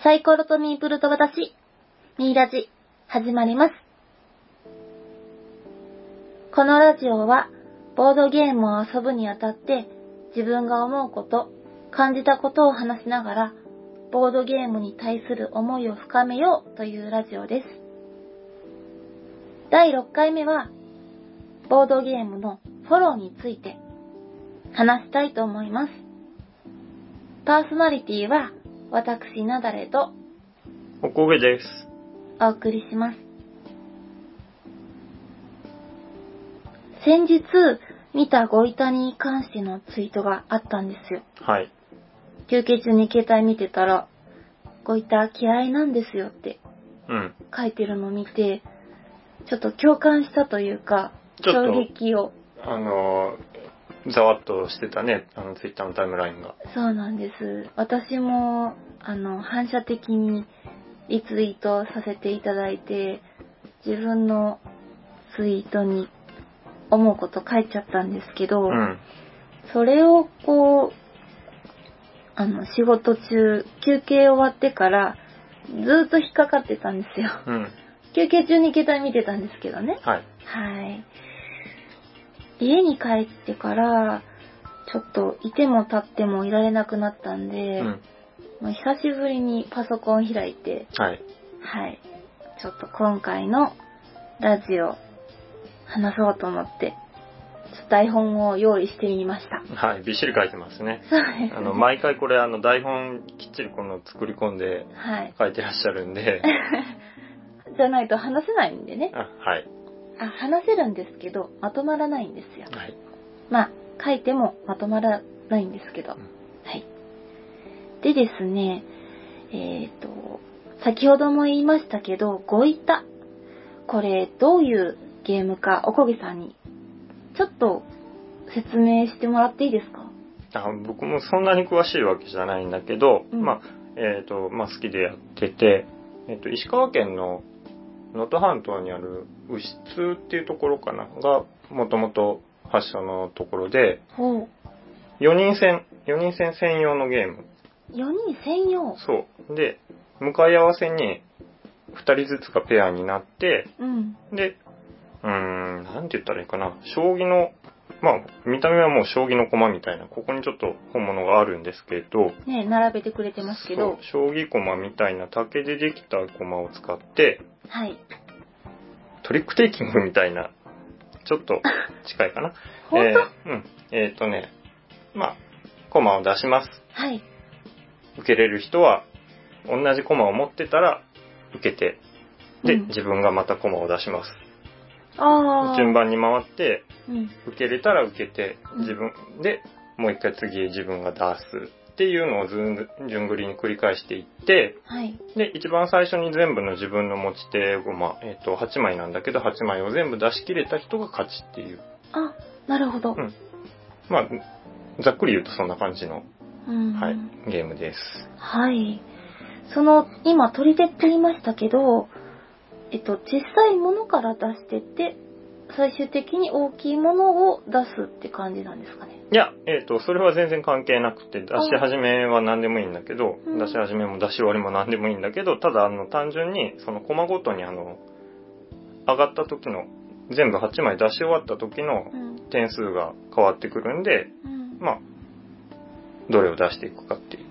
サイコロとミープルと私、ミーラジ、始まります。このラジオは、ボードゲームを遊ぶにあたって、自分が思うこと、感じたことを話しながら、ボードゲームに対する思いを深めようというラジオです。第6回目は、ボードゲームのフォローについて話したいと思います。パーソナリティは、私なだれとおこげです。 お送りします。先日見たご遺体に関してのツイートがあったんですよ。 はい。 休憩中に携帯見てたら、ご遺体嫌いなんですよって書いてるのを見て、ちょっと共感したというか、衝撃を。 ざわっとしてたね、ツイッターのタイムラインが。 そうなんです。私も、反射的にリツイートさせていただいて、自分のツイートに思うこと書いちゃったんですけど、それを仕事中、休憩終わってからずっと引っかかってたんですよ。休憩中に携帯見てたんですけどね。 はい。 家に帰ってから、ちょっといても立ってもいられなくなったんで、もう久しぶりにパソコン開いて、ちょっと今回のラジオ話そうと思って、台本を用意してみました。 はい、びっしり書いてますね。 そうですね。 毎回これ台本きっちり作り込んで書いてらっしゃるんで。 じゃないと話せないんでね。 はい。 話せるんですけど、まとまらないんですよ。 はい。 書いてもまとまらないんですけど。でですね、先ほども言いましたけど、ごいた。これどういうゲームか、おこげさんにちょっと説明してもらっていいですか？ 僕もそんなに詳しいわけじゃないんだけど、好きでやってて、石川県の能登半島にある牛津っていうところかなが、もともと発祥のところで、4人戦専用のゲーム。 4人専用？ そう。で、向かい合わせに2人ずつがペアになって、で、なんて言ったらいいかな。将棋の、見た目はもう将棋の駒みたいな、ここにちょっと本物があるんですけど、 ね、並べてくれてますけど。 そう、将棋駒みたいな竹でできた駒を使って、トリックテイキングみたいな、ちょっと近いかな。 本当？駒を出します。受けれる人は、同じ駒を持ってたら、受けて、で、自分がまた駒を出します。順番に回って、受けれたら受けて、自分でもう一回次自分が出すっていうのを順繰りに繰り返していって、で、一番最初に全部の自分の持ち手駒、8枚なんだけど、8枚を全部出し切れた人が勝ちっていう。 なるほど。 ざっくり言うとそんな感じの、ゲームです。 今取り手って言いましたけど、小さいものから出してって、最終的に大きいものを出すって感じなんですかね。 いや、それは全然関係なくて、出し始めは何でもいいんだけど、出し始めも出し終わりも何でもいいんだけど、ただ単純にそのコマごとに上がった時の、全部8枚出し終わった時の点数が変わってくるんで、どれを出していくかっていう。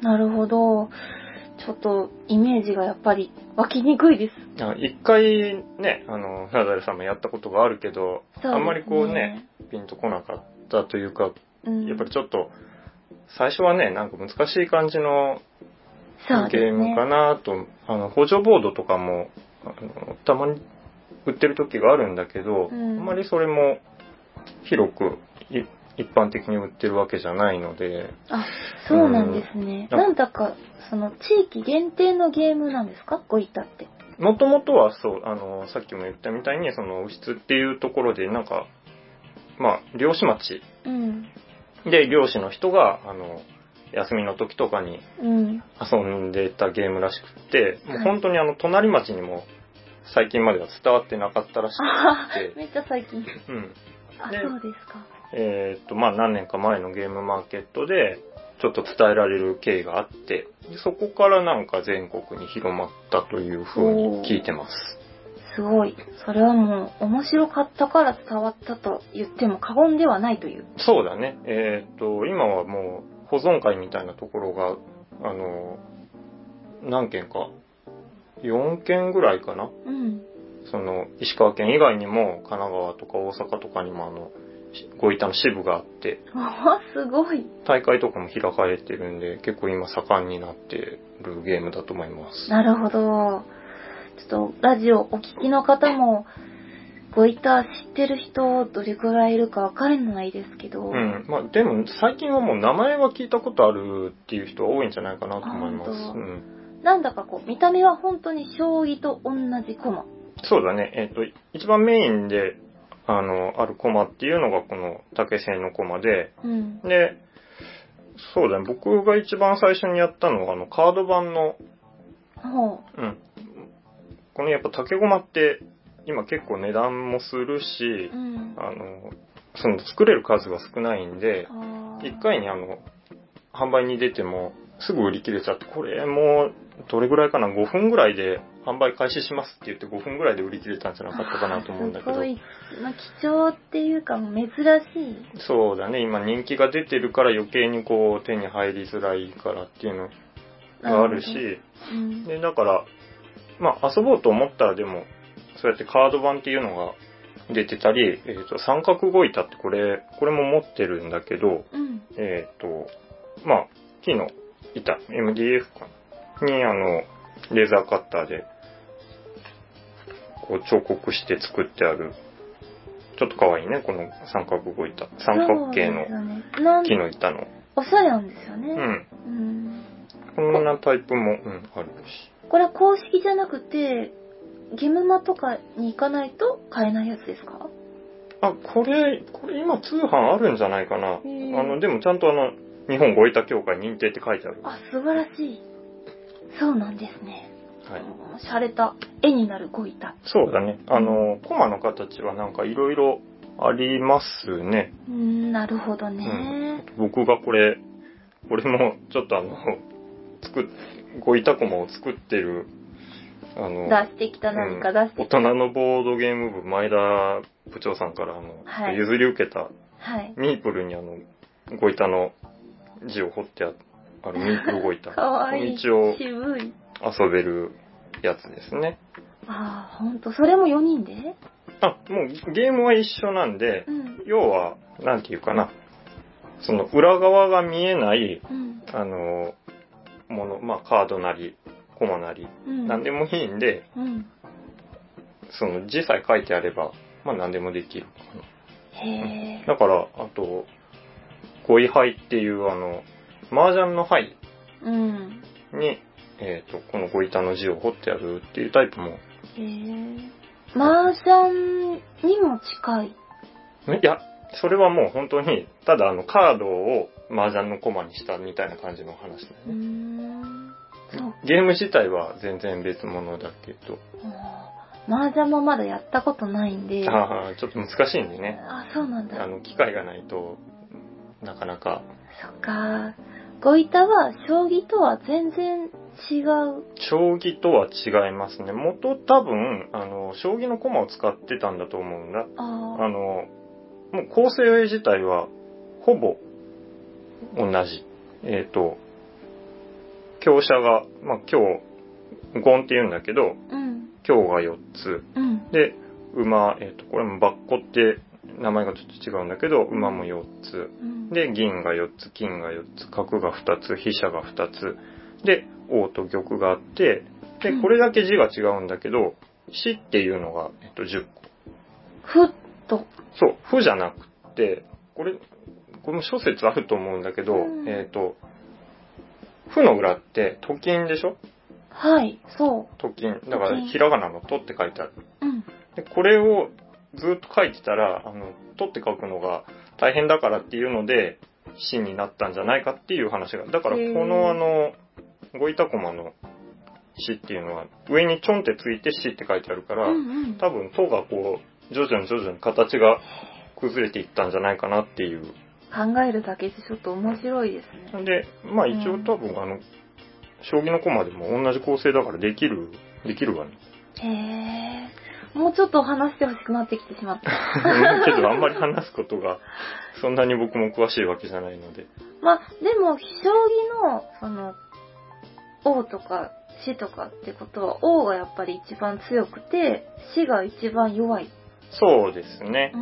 なるほど。ちょっとイメージがやっぱり湧きにくいです。 一回ね、ナダルさんもやったことがあるけど、あんまりピンとこなかったというか、やっぱりちょっと、最初はね、なんか難しい感じのゲームかなと、補助ボードとかも、たまに売ってる時があるんだけど、あんまりそれも広く一般的に売ってるわけじゃないので。 そうなんですね。なんだか、地域限定のゲームなんですか？ごいたって。 もともとはそう、さっきも言ったみたいに、牛津っていうところで、なんか、漁師町。で、漁師の人が、休みの時とかに遊んでたゲームらしくって、もう本当に隣町にも最近までは伝わってなかったらしくて。 めっちゃ最近。そうですか。 何年か前のゲームマーケットで、 ちょっと伝えられる経緯があって、そこからなんか全国に広まったというふうに聞いてます。 すごい。それはもう面白かったから伝わったと言っても過言ではないという。 そうだね。今はもう保存会みたいなところが、何件か、4件ぐらいかな。 うん。 その、石川県以外にも神奈川とか大阪とかにもご板の支部があって、 すごい。 大会とかも開かれてるんで、結構今盛んになってるゲームだと思います。 なるほど。ちょっとラジオお聞きの方も、ご板知ってる人どれくらいいるかわからないですけど。 うん。まあでも最近はもう名前は聞いたことあるっていう人は多いんじゃないかなと思います。うん。 なんだかこう、見た目は本当に将棋と同じ駒。 そうだね。一番メインで、ある駒っていうのがこの竹製の駒で、 うん、 で、そうだね。僕が一番最初にやったのはカード版の、うん。このやっぱ竹駒って今結構値段もするし、 うん、 その作れる数が少ないんで、一回に販売に出てもすぐ売り切れちゃって、これもうどれぐらいかな、5分ぐらいで販売開始しますって言って5分ぐらいで売り切れたんじゃなかったかなと思うんだけど。 すごい、貴重っていうか珍しい。 そうだね、今人気が出てるから余計にこう手に入りづらいからっていうのがあるし、 うん、 で、だから、まあ遊ぼうと思ったらでも、そうやってカード版っていうのが出てたり、三角ゴイタってこれも持ってるんだけど、 うん、 まあ、木の板、MDF かなにレーザーカッターで、こう彫刻して作ってある、ちょっと可愛いね、この三角ゴイタ。三角形の木の板の。 おしゃれなんですよね。 うん。こんなタイプも、あるし。 これは公式じゃなくて、ゲムマとかに行かないと買えないやつですか？ これ今通販あるんじゃないかな。でもちゃんと日本ゴイタ協会認定って書いてある。 素晴らしい。そうなんですね。 はい。 洒落た絵になるゴイタ。 そうだね。コマの形はなんかいろいろありますね。 なるほどね。 僕がこれもちょっとゴイタコマを作ってる、 出してきた何か出してきた。 大人のボードゲーム部、前田部長さんから譲り受けた、ミープルにゴイタの字を彫ってあるミープルゴイタ。 かわいい。 一応、 渋い。 遊べるやつですね。 ほんと。それも4人で？ もうゲームは一緒なんで、要は、なんていうかな、その裏側が見えない、もの、まあカードなり、コマなり、何でもいいんで、その字さえ書いてあれば、まあ何でもできるかな。だから、あと、ゴイハイっていう麻雀のハイに、このゴイタの字を彫ってあるっていうタイプも。 麻雀にも近い？ いや、それはもう本当に、ただカードを麻雀のコマにしたみたいな感じの話だね。ゲーム自体は全然別物だけど。 麻雀もまだやったことないんで。 ちょっと難しいんでね。 そうなんだ。 機会がないと、なかなか。 そっか。ゴイタは将棋とは全然違う。 将棋とは違いますね。多分、将棋の駒を使ってたんだと思うんだ。もう構成自体は、ほぼ、同じ。香車が、まあ、ゴンって言うんだけど、香が4つ。で、馬、これもバッコって名前がちょっと違うんだけど、馬も4つ。で、銀が4つ、金が4つ、角が2つ、飛車が2つ。で、王と玉があって、で、これだけ字が違うんだけど、死っていうのが、10個。 ふっと。 そう、ふじゃなくて、これも諸説あると思うんだけど、ふの裏ってと金でしょ？ はい、そう。 と金。だから、ひらがなのとって書いてある。で、これをずっと書いてたら、とって書くのが大変だからっていうので、死になったんじゃないかっていう話が。だから、このゴイタコマの死っていうのは、上にちょんってついて死って書いてあるから、多分、とがこう、徐々に形が崩れていったんじゃないかなっていう。 考えるだけでちょっと面白いですね。 で、まあ一応多分将棋の駒でも同じ構成だからできるわね。 へー。もうちょっと話してほしくなってきてしまった。 けどあんまり話すことがそんなに僕も詳しいわけじゃないので。 まあでも将棋の王とか死とかってことは王がやっぱり一番強くて死が一番弱い。 そうですね。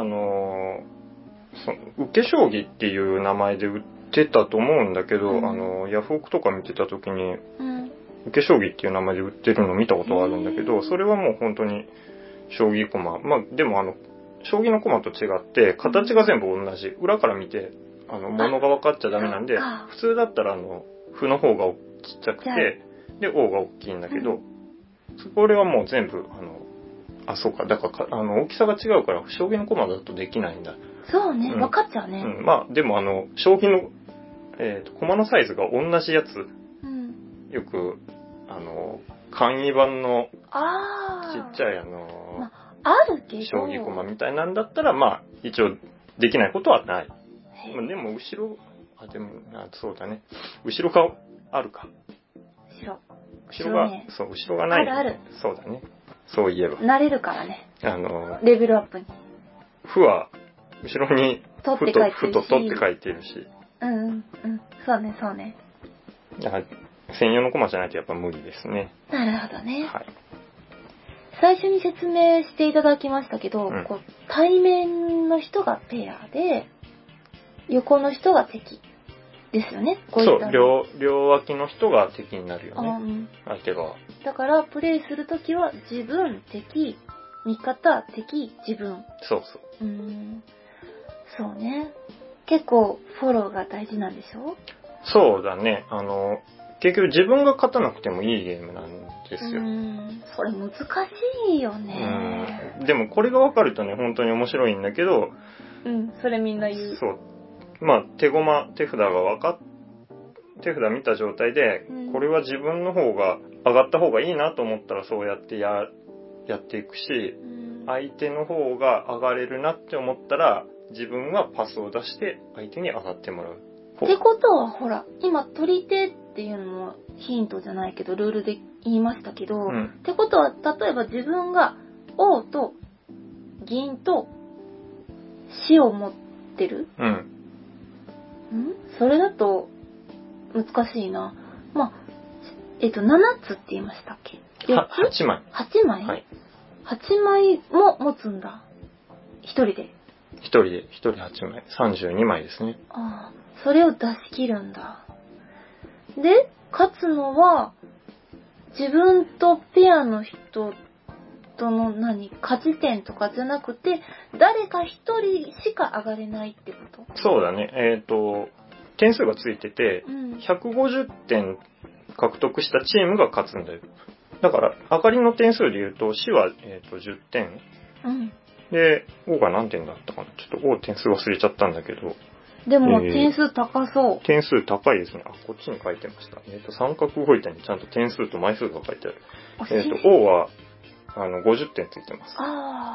受け将棋っていう名前で売ってたと思うんだけど、ヤフオクとか見てた時に、受け将棋っていう名前で売ってるの見たことがあるんだけど、それはもう本当に将棋駒。まあでも将棋の駒と違って形が全部同じ。裏から見て物が分かっちゃダメなんで、普通だったら歩の方がちっちゃくて、で王が大きいんだけど、これはもう全部そうか。だから大きさが違うから将棋の駒だとできないんだ。 そうね、分かっちゃうね。 まあでも将棋の駒のサイズが同じやつ。よく簡易版のちっちゃいあるけど将棋駒みたいなんだったらまあ一応できないことはない。でもそうだね。後ろがあるか。後ろが、ね、そう後ろがない。 ある。 そうだね。そういえば。 慣れるからね。レベルアップに。 歩は後ろにふと取って書いてるし。 そうね。 だから専用のコマじゃないとやっぱ無理ですね。 なるほどね。 はい。 最初に説明していただきましたけど、対面の人がペアで、横の人が敵ですよね。 そう、両脇の人が敵になるよね。相手が。 だからプレイするときは自分、敵、味方、敵、自分。 そう。 そうね。結構フォローが大事なんでしょ？ そうだね。結局自分が勝たなくてもいいゲームなんですよ。 それ難しいよね。 でもこれが分かるとね、本当に面白いんだけど。 それみんな言う。 そう。まあ手札見た状態で、これは自分の方が上がった方がいいなと思ったらそうやってやっていくし、相手の方が上がれるなって思ったら自分はパスを出して相手に上がってもらう。 ってことはほら、今取り手っていうのもヒントじゃないけどルールで言いましたけど、ってことは例えば自分が王と銀と死を持ってる。それだと難しいな。まあ、7つって言いましたっけ ？8枚。 8枚？はい。8枚も持つんだ。一人で。 一人8枚。32枚ですね。 それを出し切るんだ。で、勝つのは、自分とペアの人との勝ち点とかじゃなくて、誰か一人しか上がれないってこと？ そうだね。点数がついてて、150点獲得したチームが勝つんだよ。だから、上がりの点数で言うと、死は、10点。で、王が何点だったかな。ちょっと王点数忘れちゃったんだけど。 でも、点数高そう。 点数高いですね。こっちに書いてました。三角動いたにちゃんと点数と枚数が書いてある。王は、50点ついてます。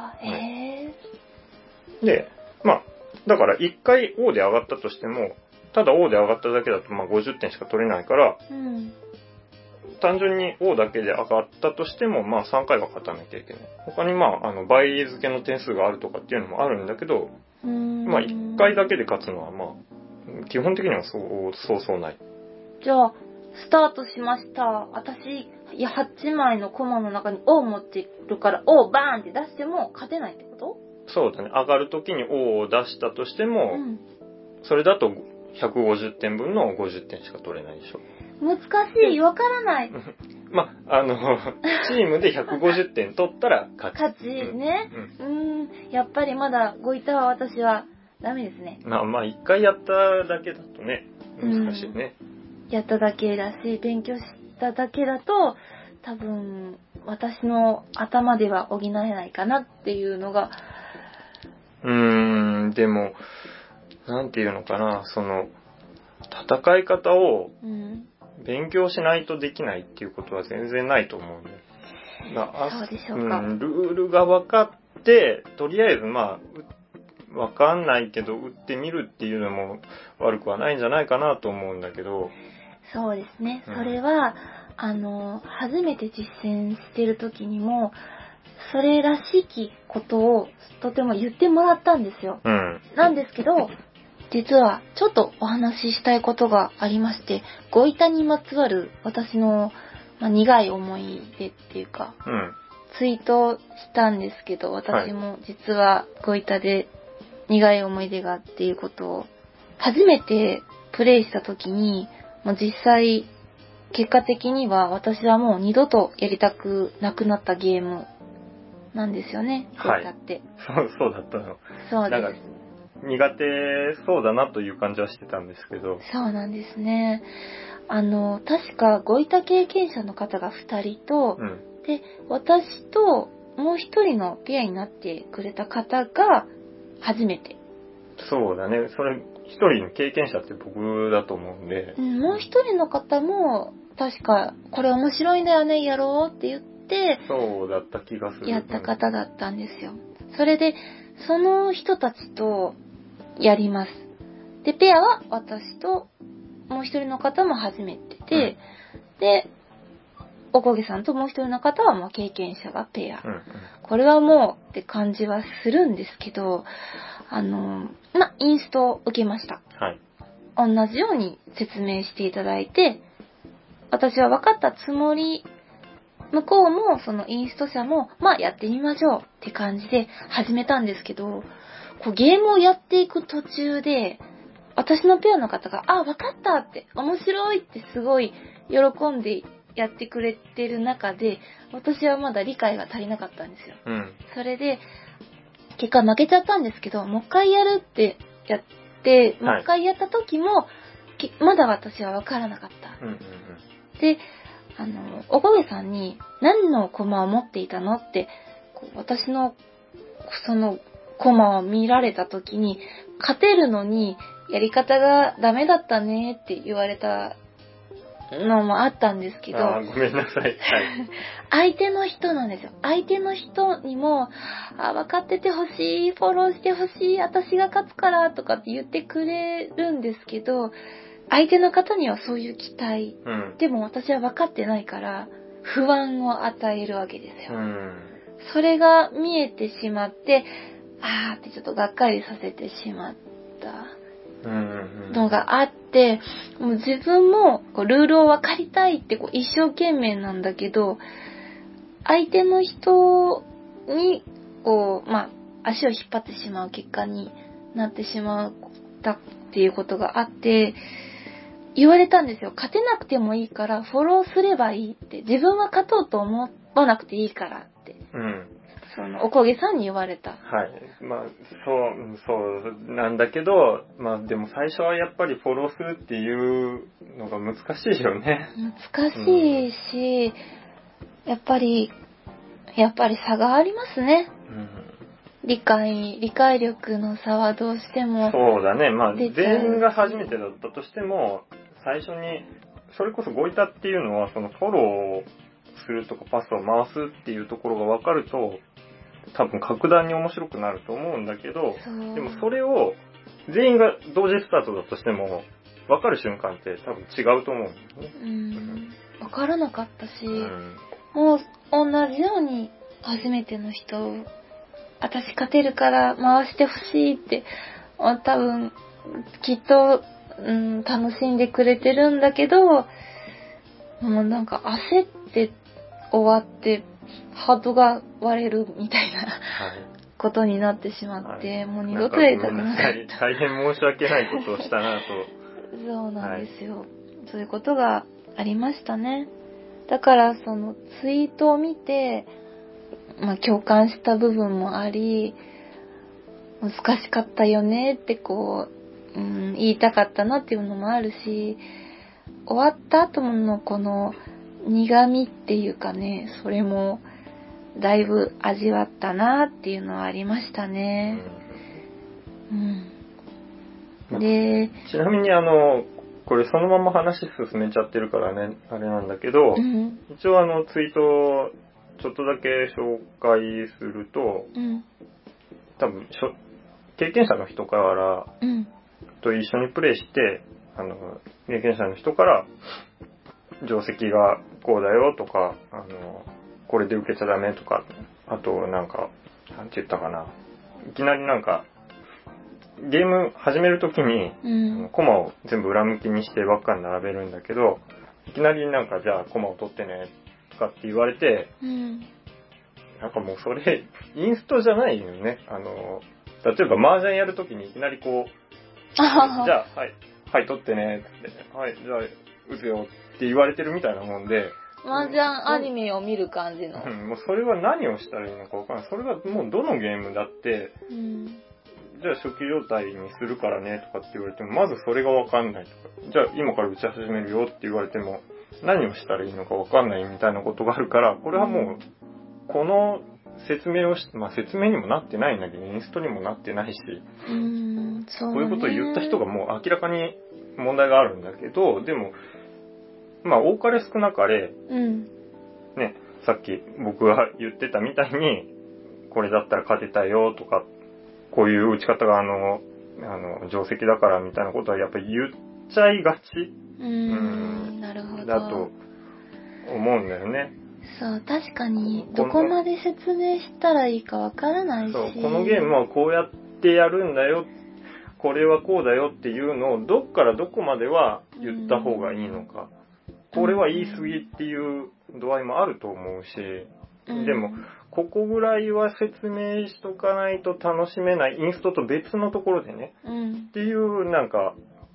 で、まあ、だから1回王で上がったとしても、ただ王で上がっただけだと50点しか取れないから、単純に王だけで上がったとしても3回は勝たなきゃいけない。他に倍付けの点数があるとかっていうのもあるんだけど、1回だけで勝つのは基本的にはそうない。 じゃあスタートしました。私8枚のコマの中に王持ってるから王バーンって出しても勝てないってこと？ そうだね。上がるときに王を出したとしても、それだと150点分の50点しか取れないでしょ。 難しい。わからない。 チームで150点取ったら勝ちね。やっぱりまだごいたは私はダメですね。 一回やっただけだとね、難しいね。 やっただけだし、勉強しただけだと、多分、私の頭では補えないかなっていうのが。 でも、なんていうのかな、戦い方を勉強しないとできないっていうことは全然ないと思うんで。 そうでしょうか。 ルールが分かって、とりあえずわかんないけど打ってみるっていうのも悪くはないんじゃないかなと思うんだけど。 そうですね。それは、初めて実践してる時にも、それらしきことをとても言ってもらったんですよ。なんですけど、実はちょっとお話ししたいことがありまして、ご板にまつわる私の、苦い思い出っていうか、ツイートしたんですけど、私も実はご板で苦い思い出がっていうことを、初めてプレイした時に、もう実際、結果的には私はもう二度とやりたくなくなったゲームなんですよね、ゴイタって。 そうだったの。 そうです。 なんか苦手そうだなという感じはしてたんですけど。 そうなんですね。確かゴイタ経験者の方が2人と、で、私ともう一人のペアになってくれた方が初めて。 そうだね。それ、一人の経験者って僕だと思うんで。 もう一人の方も、確か、これ面白いんだよね、やろうって言って、 そうだった気がする。 やった方だったんですよ。それで、その人たちとやります。で、ペアは私と、もう一人の方も初めてで、で、おこげさんともう一人の方はもう経験者がペア。これはもうって感じはするんですけど、インストを受けました。同じように説明していただいて、私は分かったつもり、向こうもそのインスト者も、やってみましょうって感じで始めたんですけど、ゲームをやっていく途中で、私のペアの方が、分かったって、面白いってすごい喜んでやってくれてる中で、私はまだ理解が足りなかったんですよ。それで、結果負けちゃったんですけど、もう一回やるってやって、もう一回やった時も、まだ私は分からなかった。で、おこげさんに何のコマを持っていたのって、私のそのコマを見られた時に、勝てるのにやり方がダメだったねって言われたのもあったんですけど、 ごめんなさい。 相手の人なんですよ。相手の人にも、分かっててほしい、フォローしてほしい、私が勝つからとかって言ってくれるんですけど、相手の方にはそういう期待、でも私は分かってないから不安を与えるわけですよ。それが見えてしまって、ってちょっとがっかりさせてしまったのがあって、もう自分もルールを分かりたいって一生懸命なんだけど、相手の人に足を引っ張ってしまう結果になってしまったっていうことがあって、言われたんですよ。勝てなくてもいいからフォローすればいいって。自分は勝とうと思わなくていいからって。そのおこげさんに言われた。 そうなんだけど、でも最初はやっぱりフォローするっていうのが難しいよね。 難しいし、やっぱり差がありますね。理解力の差はどうしても。 そうだね。全員が初めてだったとしても、最初に、それこそゴイタっていうのは、そのフォローするとかパスを回すっていうところが分かると、多分格段に面白くなると思うんだけど、でもそれを全員が同時スタートだとしても、分かる瞬間って多分違うと思うんだよね。 分からなかったし、もう同じように初めての人、私勝てるから回してほしいって、多分きっと、楽しんでくれてるんだけど、もうなんか焦って終わってハートが割れるみたいな、ことになってしまって、もう二度とやりたくなかった。 大変申し訳ないことをしたなと。 そうなんですよ。そういうことがありましたね。だからそのツイートを見て、共感した部分もあり、難しかったよねって言いたかったなっていうのもあるし、終わった後のこの苦味っていうかね、それもだいぶ味わったなっていうのはありましたね。で、 ちなみにこれそのまま話進めちゃってるからね、あれなんだけど、一応ツイートをちょっとだけ紹介すると、多分経験者の人から、と一緒にプレイして、経験者の人から、定石がこうだよとか、これで受けちゃダメとか、あとなんか、なんて言ったかな。いきなりなんか、ゲーム始めるときに、コマを全部裏向きにして輪っかに並べるんだけど、いきなりなんかじゃあコマを取ってねとかって言われて、なんかもうそれ、インストじゃないよね。例えば麻雀やるときにいきなりこう、じゃあ、はい、取ってねって、はい、じゃあ、打つよって言われてるみたいなもんで、 麻雀アニメを見る感じの。 もうそれは何をしたらいいのかわからない。それはもうどのゲームだって、じゃあ初期状態にするからねとかって言われても、まずそれがわかんないとか、じゃあ今から打ち始めるよって言われても、何をしたらいいのかわかんないみたいなことがあるから、これはもう、この説明を説明にもなってないんだけど、インストにもなってないし、 そういうことを言った人がもう明らかに問題があるんだけど、でも、多かれ少なかれ、ね、さっき僕が言ってたみたいに、これだったら勝てたよとか、こういう打ち方が定石だからみたいなことはやっぱり言っちゃいがちなるほど。 だと思うんだよね。 そう、確かに、どこまで説明したらいいかわからないし。そう、 このゲームはこうやってやるんだよ、これはこうだよっていうのを、どっからどこまでは言った方がいいのか。これは言い過ぎっていう度合いもあると思うし、でも、ここぐらいは説明しとかないと楽しめない、インストと別のところでね、っていうなんか、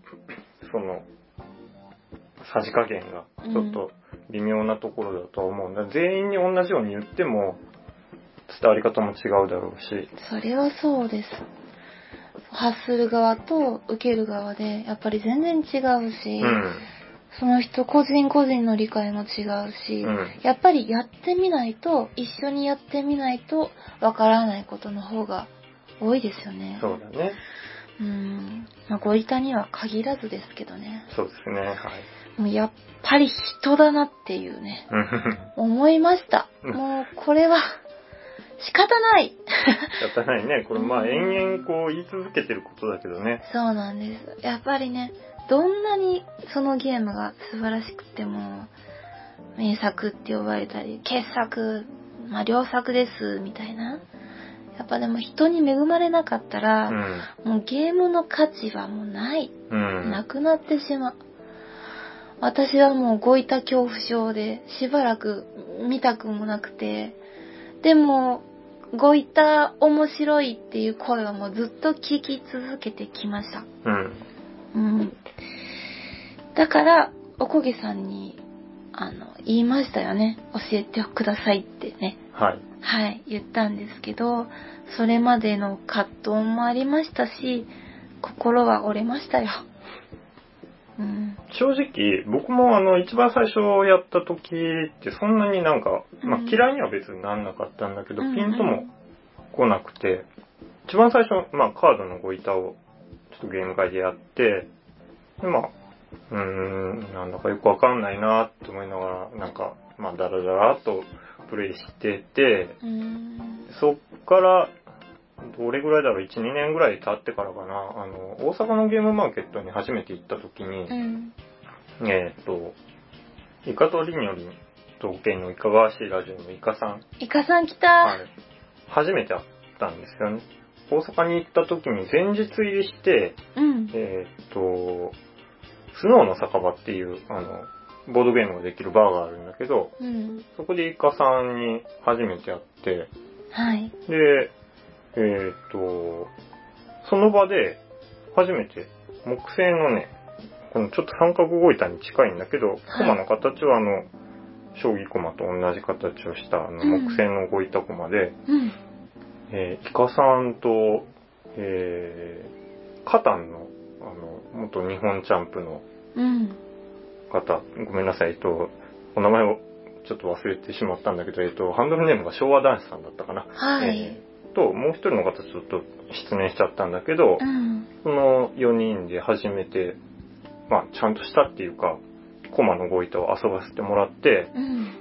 さじ加減がちょっと微妙なところだと思うんだ。全員に同じように言っても伝わり方も違うだろうし。 それはそうです。発する側と受ける側でやっぱり全然違うし、その人個人個人の理解も違うし、やっぱりやってみないと、一緒にやってみないとわからないことの方が多いですよね。 そうだね。 ご板には限らずですけどね。 そうですね、はい。 もうやっぱり人だなっていうね、思いました。もうこれは仕方ない。 仕方ないね。これ延々こう言い続けてることだけどね。 そうなんです。やっぱりね、どんなにそのゲームが素晴らしくても、名作って呼ばれたり、傑作、良作ですみたいな。やっぱでも人に恵まれなかったら、もうゲームの価値はもうない。なくなってしまう。私はもうごいた恐怖症でしばらく見たくもなくて、でもごいた面白いっていう声はもうずっと聞き続けてきました。だからおこげさんに言いましたよね。教えてくださいってね。はい、言ったんですけど、それまでの葛藤もありましたし、心は折れましたよ。 正直、僕も一番最初やった時ってそんなになんか、嫌いには別になんなかったんだけど、ピンとも来なくて、一番最初、カードのご板をちょっとゲーム会でやって、でなんだかよくわかんないなって思いながら、なんか、ダラダラっとプレイしてて、そっから、どれぐらいだろう、1、2年ぐらい経ってからかな、大阪のゲームマーケットに初めて行った時に、イカとりにょりと県のいかがわしいラジオのイカさん。 イカさん来た。 初めて会ったんですよね。大阪に行った時に前日入りして、スノーの酒場っていう、ボードゲームができるバーがあるんだけど、そこでイカさんに初めて会って、で、その場で初めて木製のね、このちょっと三角ごいたに近いんだけど、コマの形は将棋コマと同じ形をした木製のごいたコマで、イカさんと、カタンの元日本チャンプの方、ごめんなさい、お名前をちょっと忘れてしまったんだけど、ハンドルネームが昭和男子さんだったかな。もう一人の方ちょっと失念しちゃったんだけど、その4人で初めて、ちゃんとしたっていうか、コマのごいたを遊ばせてもらって、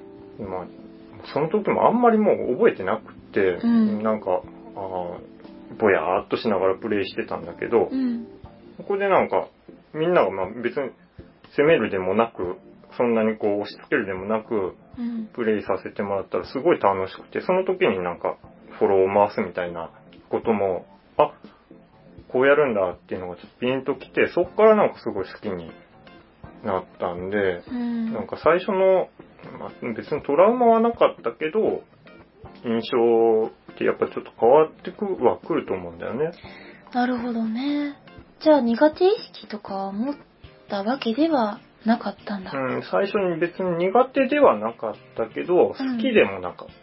その時もあんまりもう覚えてなくて、なんか、 ぼやーっとしながらプレイしてたんだけど、ここでなんか、みんながまあ別に攻めるでもなく、そんなにこう押し付けるでもなく、プレイさせてもらったらすごい楽しくて、その時になんかフォローを回すみたいなことも、あ、こうやるんだっていうのがちょっとピンときて、そっからなんかすごい好きになったんで、なんか最初の、まあ、別にトラウマはなかったけど、印象ってやっぱちょっと変わってくると思うんだよね。 なるほどね。じゃあ苦手意識とかは持ったわけではなかったんだ。 最初に別に苦手ではなかったけど、好きでもなかった。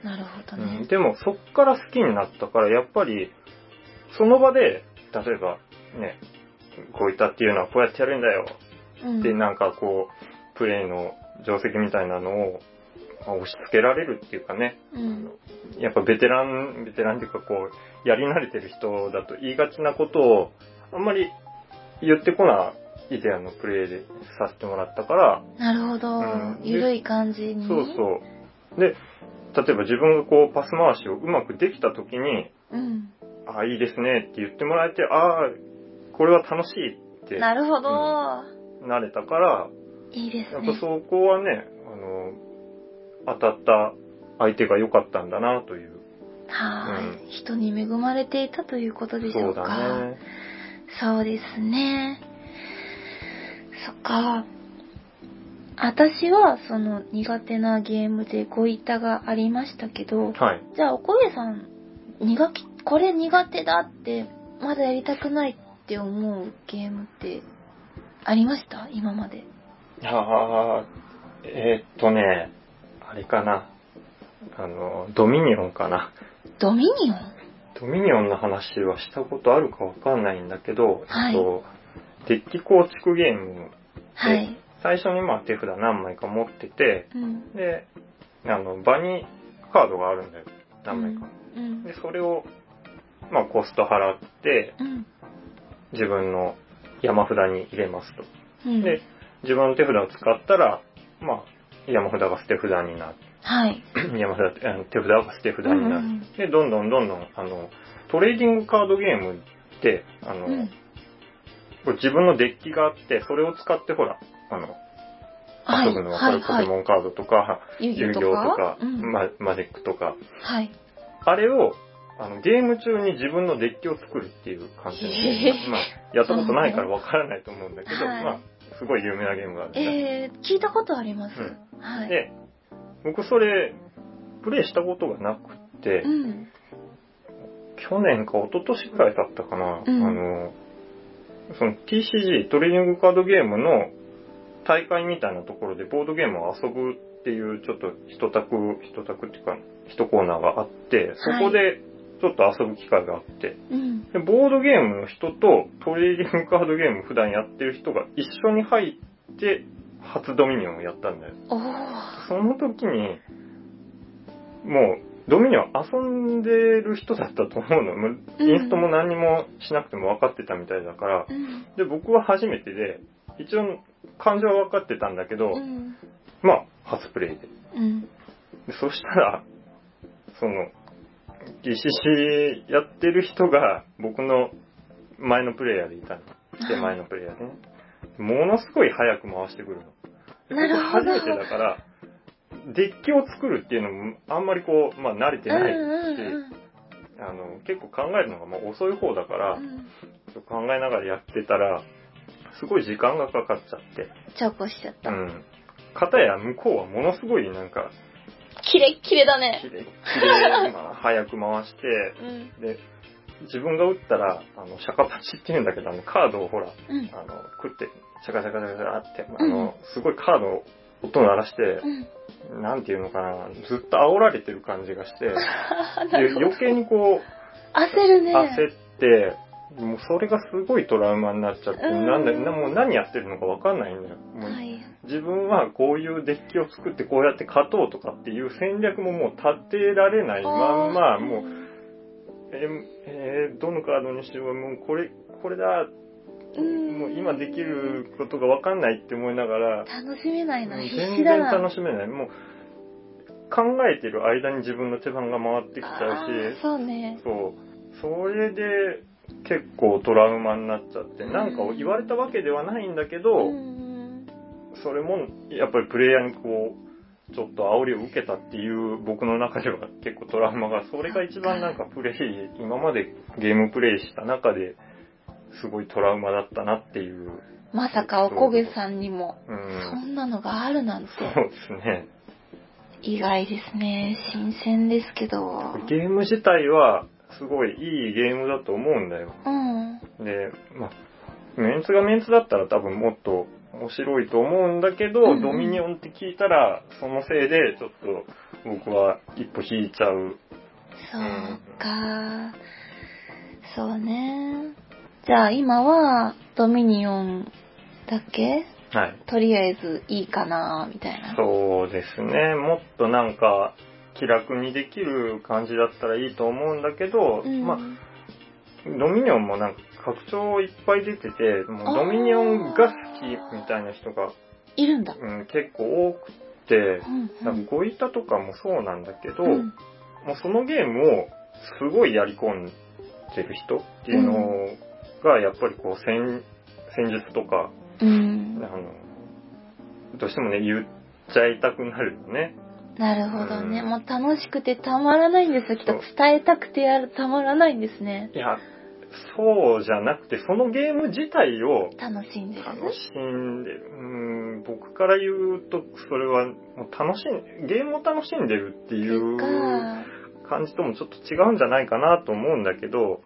なるほどね。 でもそっから好きになったから、やっぱり、その場で、例えばね、こういったっていうのはこうやってやるんだよ。で、なんかこう、プレイの定石みたいなのを押し付けられるっていうかね。やっぱベテランっていうかこう、やり慣れてる人だと言いがちなことを、あんまり言ってこない以前のプレイでさせてもらったから。 なるほど。ゆるい感じに。 そうそう。で、例えば自分がこうパス回しをうまくできた時に、ああ、いいですねって言ってもらえて、ああ、これは楽しいって。 なるほど。 なれたから、 いいですね。 やっぱそこはね、当たった相手が良かったんだなという。 人に恵まれていたということでしょうか。 そうだね。 そうですね。そっか。私はその苦手なゲームでごいたがありましたけど、じゃあおこげさん、これ苦手だってまだやりたくないって思うゲームってありました今まで。 あれかな。ドミニオンかな。 ドミニオン？ ドミニオンの話はしたことあるかわかんないんだけど、デッキ構築ゲームで、最初にまあ手札何枚か持ってて、で、場にカードがあるんだよ。何枚か。で、それを、まあコスト払って、自分の山札に入れますと。で、自分の手札を使ったら、まあ、山札が捨て札になる。手札が捨て札になる。で、どんどん、トレーディングカードゲームって、これ自分のデッキがあって、それを使ってほら、遊ぶのは、これポケモンカードとか、遊戯王とか、マジックとか。あれを、ゲーム中に自分のデッキを作るっていう感じで、まあ、やったことないからわからないと思うんだけど、まあ、すごい有名なゲームがあるんで。 聞いたことあります。 で、僕それ、プレイしたことがなくって、去年か一昨年くらいだったかな、その TCG、トレーディングカードゲームの大会みたいなところでボードゲームを遊ぶっていうちょっと一択っていうか、一コーナーがあって、そこでちょっと遊ぶ機会があって、でボードゲームの人とトレーディングカードゲーム普段やってる人が一緒に入って初ドミニオンをやったんだよ。その時に、もうドミニオン遊んでる人だったと思うの。インストも何にもしなくても分かってたみたいだから、で、僕は初めてで、一応感情は分かってたんだけど、まあ、初プレイで。でそしたら、その、DCC やってる人が僕の前のプレイヤーでいたの。手前のプレイヤーでね。ものすごい早く回してくるの。僕初めてだから、デッキを作るっていうのもあんまりこう、まあ慣れてないし、結構考えるのがもう遅い方だから、考えながらやってたら、すごい時間がかかっちゃって。 長考しちゃった。 片や向こうはものすごいなんか、 キレッキレだね。 キレッキレ、まあ、早く回して、で、自分が打ったら、シャカパチって言うんだけど、カードをほら、食って、シャカシャカシャカシャカって、すごいカードを音鳴らして、なんていうのかな、ずっと煽られてる感じがして、で、余計にこう、 焦るね。 焦って、もうそれがすごいトラウマになっちゃって、もう何やってるのかわかんないんだよ。自分はこういうデッキを作ってこうやって勝とうとかっていう戦略ももう立てられないまんま、もう、どのカードにしよう、もうこれだ、もう今できることがわかんないって思いながら、 楽しめないな、 全然楽しめない。もう考えてる間に自分の手番が回ってきちゃうし、 それで結構トラウマになっちゃって、なんか言われたわけではないんだけど、それもやっぱりプレイヤーにこうちょっと煽りを受けたっていう僕の中では結構トラウマが、それが一番なんか今までゲームプレイした中ですごいトラウマだったなっていう。 まさかおこげさんにもそんなのがあるなんて。 そうですね。 意外ですね。新鮮ですけど。 ゲーム自体はすごいいいゲームだと思うんだよ。で、メンツがメンツだったら多分もっと面白いと思うんだけど、ドミニオンって聞いたらそのせいでちょっと僕は一歩引いちゃう。 そうか。そうね。じゃあ今はドミニオンだけ？ はい。 とりあえずいいかなみたいな。 そうですね。もっとなんか気楽にできる感じだったらいいと思うんだけど、ドミニオンもなんか拡張いっぱい出てて、もうドミニオンが好きみたいな人がいるんだ。 結構多くて、なんかゴイタとかもそうなんだけど、もうそのゲームをすごいやり込んでる人っていうのがやっぱりこう戦術とか、どうしてもね言っちゃいたくなるよね。 なるほどね。もう楽しくてたまらないんですよ。きっと伝えたくてたまらないんですね。 いや、そうじゃなくて、そのゲーム自体を楽しんでる。 僕から言うと、それはもうゲームを楽しんでるっていう感じともちょっと違うんじゃないかなと思うんだけど。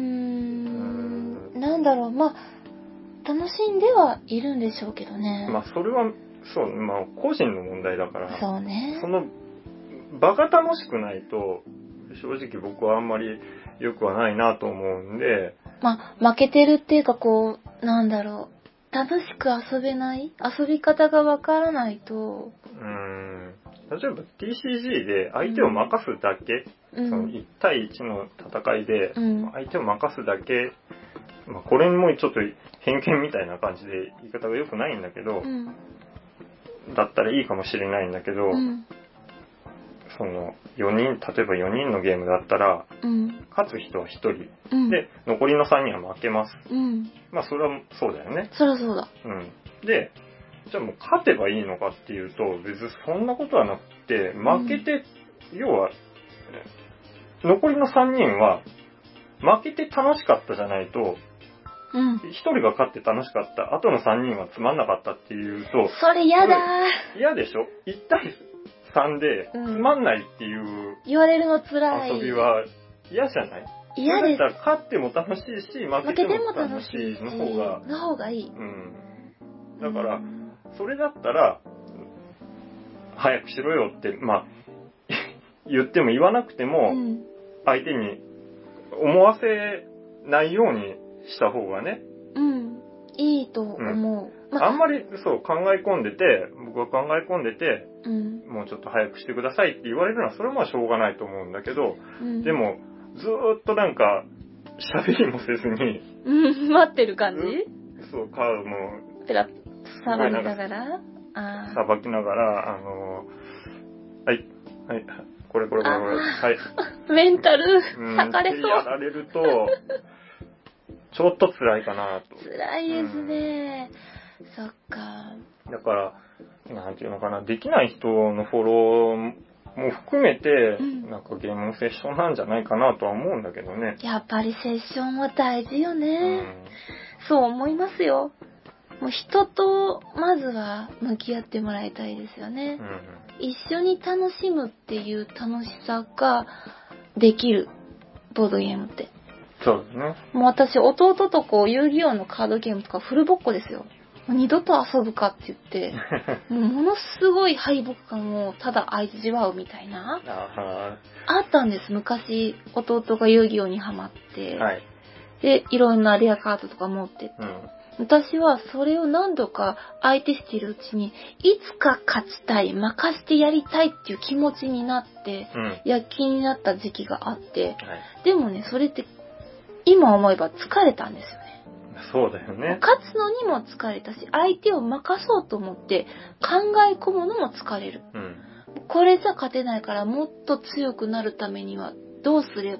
なんだろう、楽しんではいるんでしょうけどね。 それは、そう、個人の問題だから。 そうね。 その場が楽しくないと、正直僕はあんまり良くはないなと思うんで。 負けてるっていうかなんだろう。楽しく遊べない遊び方がわからないと。 例えば TCG で相手を任すだけ、その1対1の戦いで相手を任すだけ、これもちょっと偏見みたいな感じで言い方が良くないんだけど、だったらいいかもしれないんだけど、その4人、例えば4人のゲームだったら、勝つ人は1人、で残りの3人は負けます。それはそうだよね。 そりゃそうだ。 で、じゃあもう勝てばいいのかっていうと、別にそんなことはなくて、負けて、要は残りの3人は負けて楽しかったじゃないと、1人が勝って楽しかった、あとの3人はつまんなかったっていうと、 それ嫌だー。嫌でしょ？ 1 対3でつまんないっていう言われるの辛い遊びは嫌じゃない？ 嫌です。 だったら勝っても楽しいし、負けても楽しいの方がいい。 だから、それだったら、早くしろよって、言っても言わなくても、相手に思わせないようにした方がね。 いいと思う。 あんまりそう考え込んでて、僕は考え込んでて、もうちょっと早くしてくださいって言われるのはそれはしょうがないと思うんだけど、でもずーっとなんか喋りもせずに、 待ってる感じ？ そう、カードもペラッさばきながら、 さばきながら、はい、これ、はい。 メンタル、裂かれそう。 やられると、ちょっと辛いかなと。 辛いですね。そっか。 だから、なんていうのかな、できない人のフォローも含めて、なんかゲームのセッションなんじゃないかなとは思うんだけどね。 やっぱりセッションは大事よね。そう思いますよ。もう人とまずは向き合ってもらいたいですよね。一緒に楽しむっていう楽しさができるボードゲームって。 そうですね。 もう私弟と遊戯王のカードゲームとかフルボッコですよ。もう二度と遊ぶかって言ってもうものすごい敗北感をただ味わうみたいなあったんです。昔弟が遊戯王にハマって、でいろんなレアカードとか持ってって、私はそれを何度か相手しているうちに、いつか勝ちたい、任してやりたいっていう気持ちになって、躍起になった時期があって、でもね、それって今思えば疲れたんですよね。 そうだよね。 勝つのにも疲れたし、相手を任そうと思って考え込むのも疲れる。これじゃ勝てないからもっと強くなるためにはどうすればっ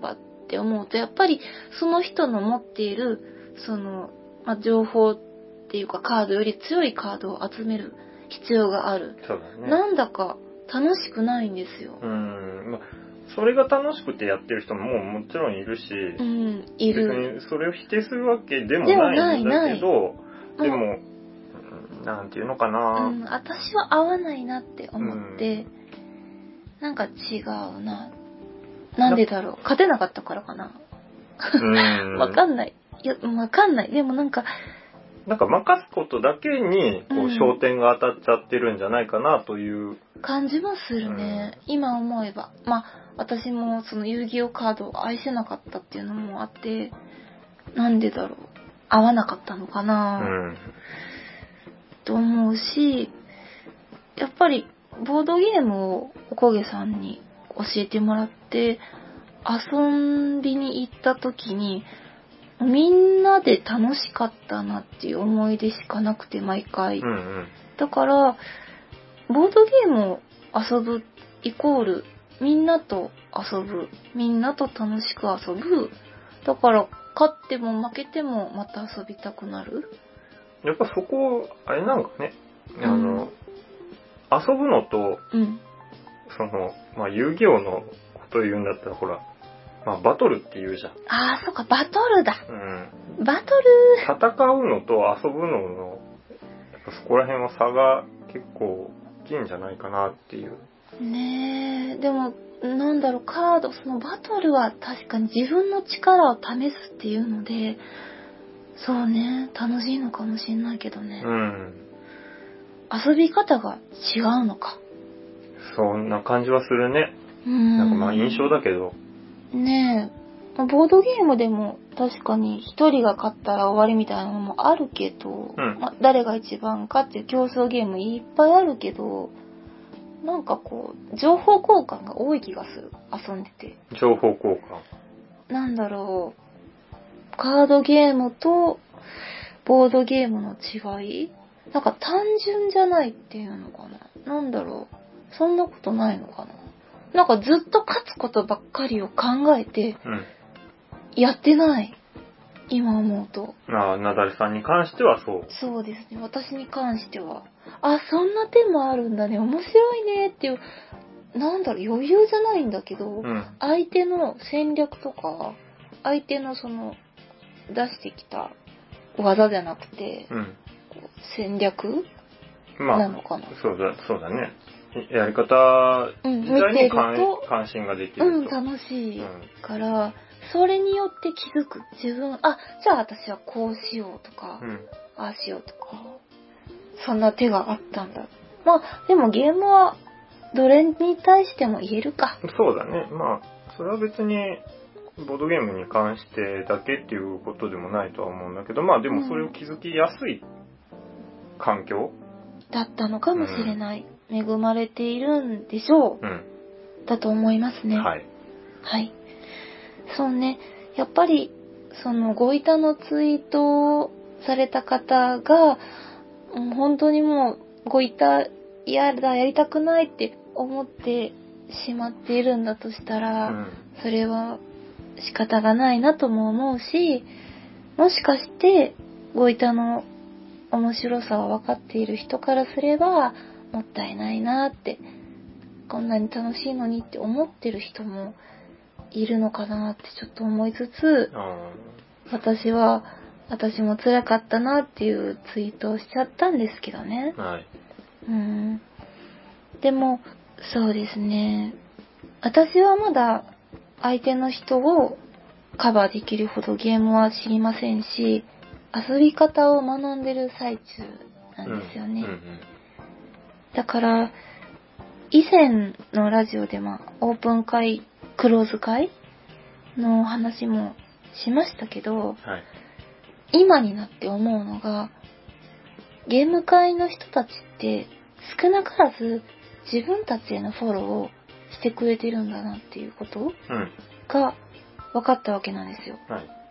って思うと、やっぱりその人の持っている、情報っていうかカードより強いカードを集める必要がある。 そうだね。 なんだか楽しくないんですよ。 それが楽しくてやってる人ももちろんいるし、 いる。 別にそれを否定するわけでもないんだけど、でも、なんていうのかな、 私は合わないなって思って、なんか違うな。なんでだろう。勝てなかったからかな。わかんない。いや、わかんない。でもなんか任すことだけに焦点が当たっちゃってるんじゃないかなという感じもするね。今思えば。私もその遊戯王カードを愛せなかったっていうのもあって、なんでだろう。合わなかったのかな、と思うし、やっぱりボードゲームをおこげさんに教えてもらって遊びに行った時に、みんなで楽しかったなっていう思い出しかなくて、毎回。だから、ボードゲームを遊ぶイコール、みんなと遊ぶ。みんなと楽しく遊ぶ。だから、勝っても負けてもまた遊びたくなる。 やっぱそこ、あれなんかね、遊ぶのと、遊戯王のこと言うんだったら、ほら、バトルって言うじゃん。 そうか、バトルだ。バトル。 戦うのと遊ぶのの、やっぱそこら辺は差が結構大きいんじゃないかなっていう。 ねえ、でも、なんだろう、カード、そのバトルは確かに自分の力を試すっていうので、そうね、楽しいのかもしれないけどね。遊び方が違うのか。 そんな感じはするね。なんか印象だけど。 ねえ、ボードゲームでも確かに一人が勝ったら終わりみたいなのもあるけど、誰が一番かっていう競争ゲームいっぱいあるけど、なんか情報交換が多い気がする。遊んでて。 情報交換。 なんだろう。カードゲームとボードゲームの違い？なんか単純じゃないっていうのかな。なんだろう。そんなことないのかな。なんかずっと勝つことばっかりを考えて、やってない。今思うと。 なだれさんに関してはそう。 そうですね。私に関しては。そんな手もあるんだね。面白いねっていう、なんだろう、余裕じゃないんだけど、相手の戦略とか、相手の出してきた技じゃなくて、戦略なのかな。 そうだね。やり方自体に関心ができると。 楽しいから、それによって気づく。自分、じゃあ私はこうしようとか、ああしようとか、そんな手があったんだ。でもゲームはどれに対しても言えるか。 そうだね。それは別にボードゲームに関してだけっていうことでもないとは思うんだけど、でもそれを気づきやすい環境だったのかもしれない。恵まれているんでしょう。だと思いますね。 はい。 そうね。やっぱり、ご板のツイートをされた方が、本当にもう、ご板、やりたくないって思ってしまっているんだとしたら、それは仕方がないなとも思うし、もしかして、ご板の面白さを分かっている人からすれば、もったいないなって、こんなに楽しいのにって思ってる人もいるのかなってちょっと思いつつ、私も辛かったなっていうツイートをしちゃったんですけどね。でも、そうですね。私はまだ相手の人をカバーできるほどゲームは知りませんし、遊び方を学んでる最中なんですよね。だから、以前のラジオでオープン会、クローズ会の話もしましたけど、今になって思うのが、ゲーム会の人たちって少なからず自分たちへのフォローをしてくれてるんだなっていうことが分かったわけなんですよ。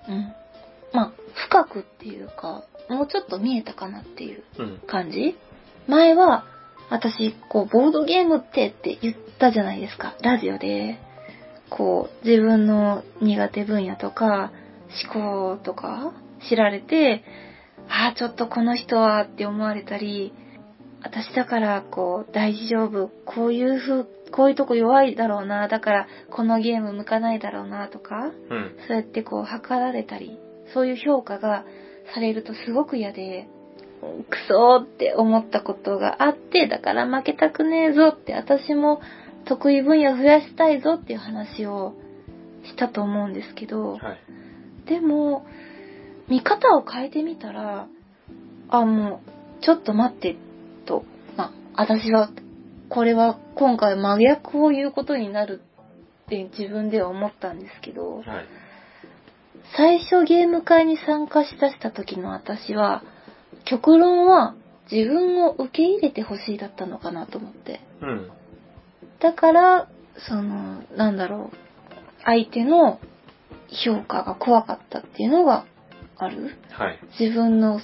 深くっていうか、もうちょっと見えたかなっていう感じ。前は私ボードゲームって言ったじゃないですか、ラジオで。 こう、自分の苦手分野とか、思考とか知られて、ちょっとこの人はって思われたり、私だからこう、大丈夫、こういうとこ弱いだろうな、だからこのゲーム向かないだろうなとか、そうやってこう、測られたり、そういう評価がされるとすごく嫌で、クソーって思ったことがあって、だから負けたくねえぞって、私も得意分野増やしたいぞっていう話をしたと思うんですけど、でも、見方を変えてみたら、もう、ちょっと待ってと、私は、これは今回真逆を言うことになるって自分では思ったんですけど、最初ゲーム会に参加しだした時の私は、極論は自分を受け入れてほしいだったのかなと思って。だから、相手の評価が怖かったっていうのがある。自分の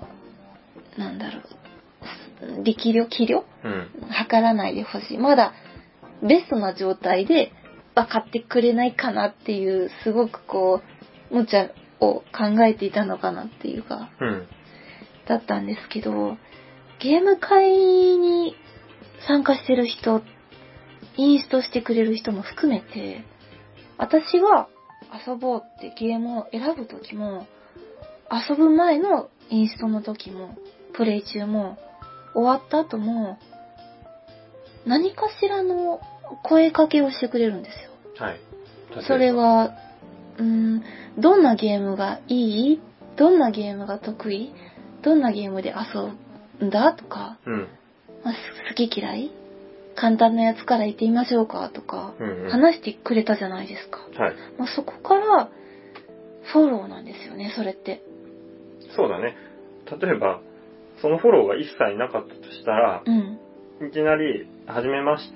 力量、測らないでほしい。まだベストな状態で分かってくれないかなっていう、すごくこう、無茶を考えていたのかなっていうか、だったんですけど、ゲーム会に参加してる人、インストしてくれる人も含めて、私が遊ぼうってゲームを選ぶときも、遊ぶ前のインストの時も、プレイ中も、終わった後も、何かしらの声かけをしてくれるんですよ。それは、どんなゲームがいい？どんなゲームが得意？どんなゲームで遊んだとか、好き嫌い？簡単なやつから言ってみましょうかとか、話してくれたじゃないですか。そこからフォローなんですよね、それって。 そうだね。例えば、そのフォローが一切なかったとしたら、いきなり、はじめまして、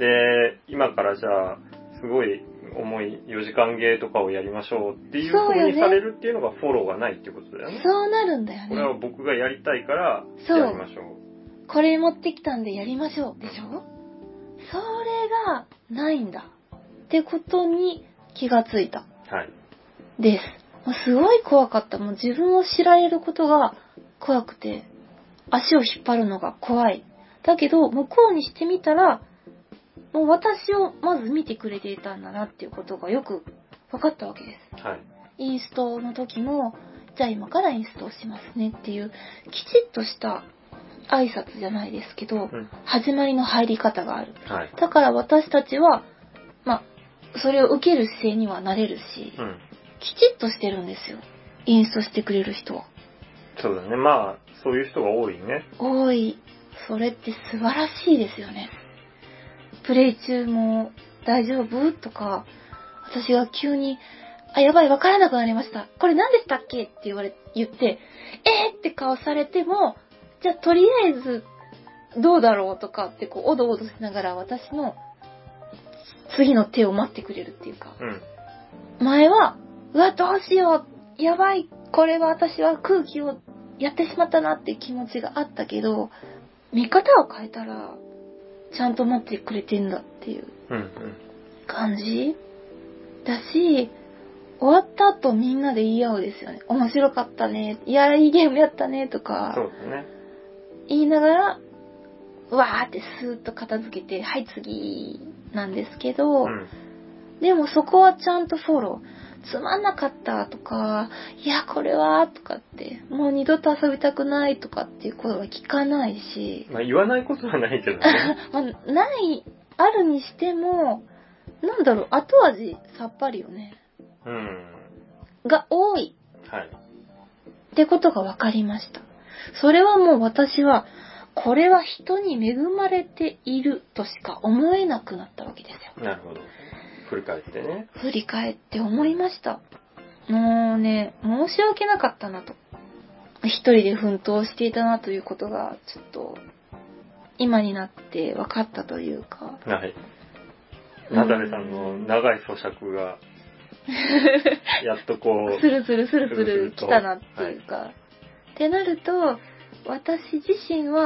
今からじゃあ、すごい重い4時間ゲーとかをやりましょうっていう風にされるっていうのがフォローがないっていうことだよね。 そうなるんだよね。 これは僕がやりたいからやりましょう。 これ持ってきたんでやりましょうでしょ？それがないんだってことに気がついた。です。すごい怖かった。もう自分を知られることが怖くて、足を引っ張るのが怖い。だけど、向こうにしてみたら、もう私をまず見てくれていたんだなっていうことがよく分かったわけです。インストの時も、じゃあ今からインストをしますねっていう、きちっとした挨拶じゃないですけど、始まりの入り方がある。だから私たちは、それを受ける姿勢にはなれるし、きちっとしてるんですよ。インストしてくれる人は。 そうだね。そういう人が多いね。 多い。それって素晴らしいですよね。プレイ中も大丈夫とか、私が急に、やばい、わからなくなりました。これ何でしたっけって言って、って顔されても、じゃあとりあえず、どうだろうとかっておどおどしながら私の次の手を待ってくれるっていうか。前は、うわ、どうしよう、やばい、これは私は空気をやってしまったなっていう気持ちがあったけど、見方を変えたら、ちゃんと待ってくれてんだっていう感じだし、終わった後みんなで言い合うですよね。面白かったね。いや、いいゲームやったね。とか。言いながら、わーってスーッと片付けて、はい次なんですけど、でもそこはちゃんとフォロー。つまんなかったとか、いや、これはとかって、もう二度と遊びたくないとかっていう声は聞かないし。 言わないことはないけどね。 あるにしても、後味さっぱりよね。が多い。ってことが分かりました。それはもう私は、これは人に恵まれているとしか思えなくなったわけですよ。 なるほど。振り返ってね。 振り返って思いました。もうね、申し訳なかったなと。一人で奮闘していたなということが、ちょっと、今になって分かったというか。 ナダレさんの長い咀嚼が、やっとスルスル来たなっていうか。ってなると、私自身は、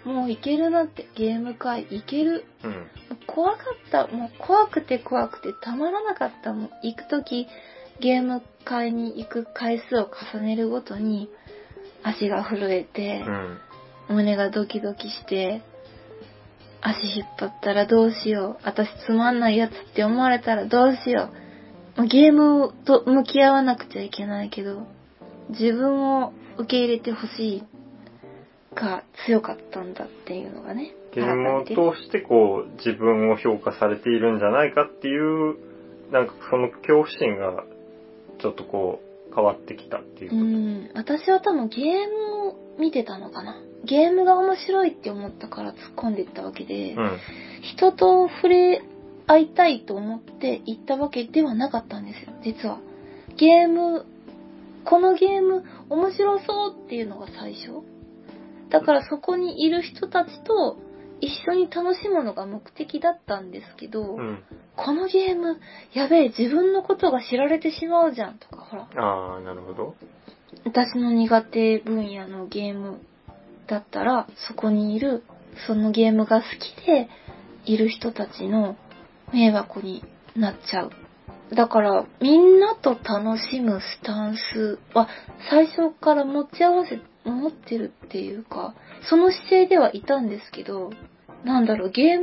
もういけるなって、ゲーム会いける。うん、怖かった。もう怖くてたまらなかった。もう行くとき、ゲーム会に行く回数を重ねるごとに、足が震えて、胸がドキドキして、足引っ張ったらどうしよう。私つまんないやつって思われたらどうしよう。ゲームと向き合わなくちゃいけないけど、自分を受け入れてほしいが強かったんだっていうのがね。 ゲームを通してこう自分を評価されているんじゃないかっていう、なんかその恐怖心がちょっとこう変わってきたっていうこと。私は多分ゲームを見てたのかな。ゲームが面白いって思ったから突っ込んでいったわけで、人と触れ合いたいと思って行ったわけではなかったんですよ、実は。このゲーム面白そうっていうのが最初。だからそこにいる人たちと一緒に楽しむのが目的だったんですけど、このゲーム、やべえ、自分のことが知られてしまうじゃんとか、ほら。 ああ、なるほど。 私の苦手分野のゲームだったら、そこにいる、そのゲームが好きでいる人たちの迷惑になっちゃう。だから、みんなと楽しむスタンスは、最初から持ってるっていうか、その姿勢ではいたんですけど、ゲー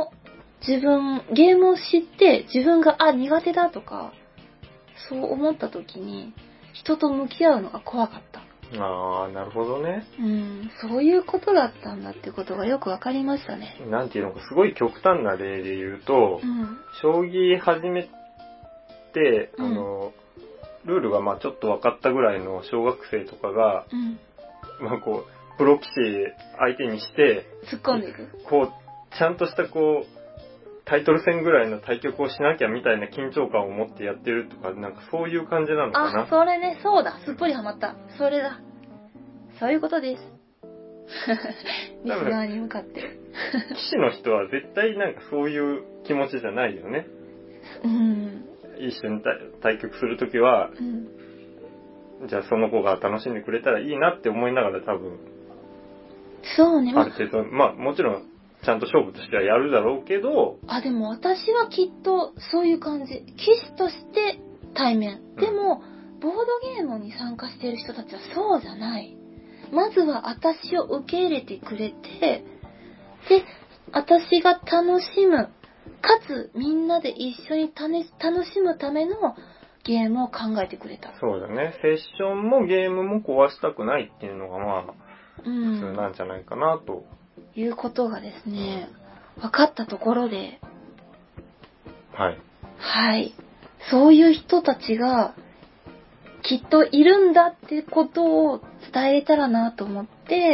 ムを知って自分が、苦手だとか、そう思った時に、人と向き合うのが怖かった。 ああ、なるほどね。 そういうことだったんだってことがよくわかりましたね。 なんていうのか、すごい極端な例で言うと、将棋始めて、ルールがまあちょっと分かったぐらいの小学生とかが、まあこう、プロ棋士相手にして、 突っ込んでいく。 こう、ちゃんとしたこう、タイトル戦ぐらいの対局をしなきゃみたいな緊張感を持ってやってるとか、なんかそういう感じなのかな。 それね、そうだ、すっぽりハマった。それだ。そういうことです。リスナーに向かって。 棋士の人は絶対なんかそういう気持ちじゃないよね。一緒に対局するときは、じゃあその子が楽しんでくれたらいいなって思いながら多分、 そうね。 ある程度、まあもちろんちゃんと勝負としてはやるだろうけど。 でも私はきっとそういう感じ。棋士として対面。でも、ボードゲームに参加している人たちはそうじゃない。まずは私を受け入れてくれて、で、私が楽しむ。かつ、みんなで一緒に楽しむためのゲームを考えてくれた。 そうだね。セッションもゲームも壊したくないっていうのがまあ、普通なんじゃないかなと。 いうことがですね、分かったところで。 はい。 はい。そういう人たちが、きっといるんだってことを伝えれたらなと思って、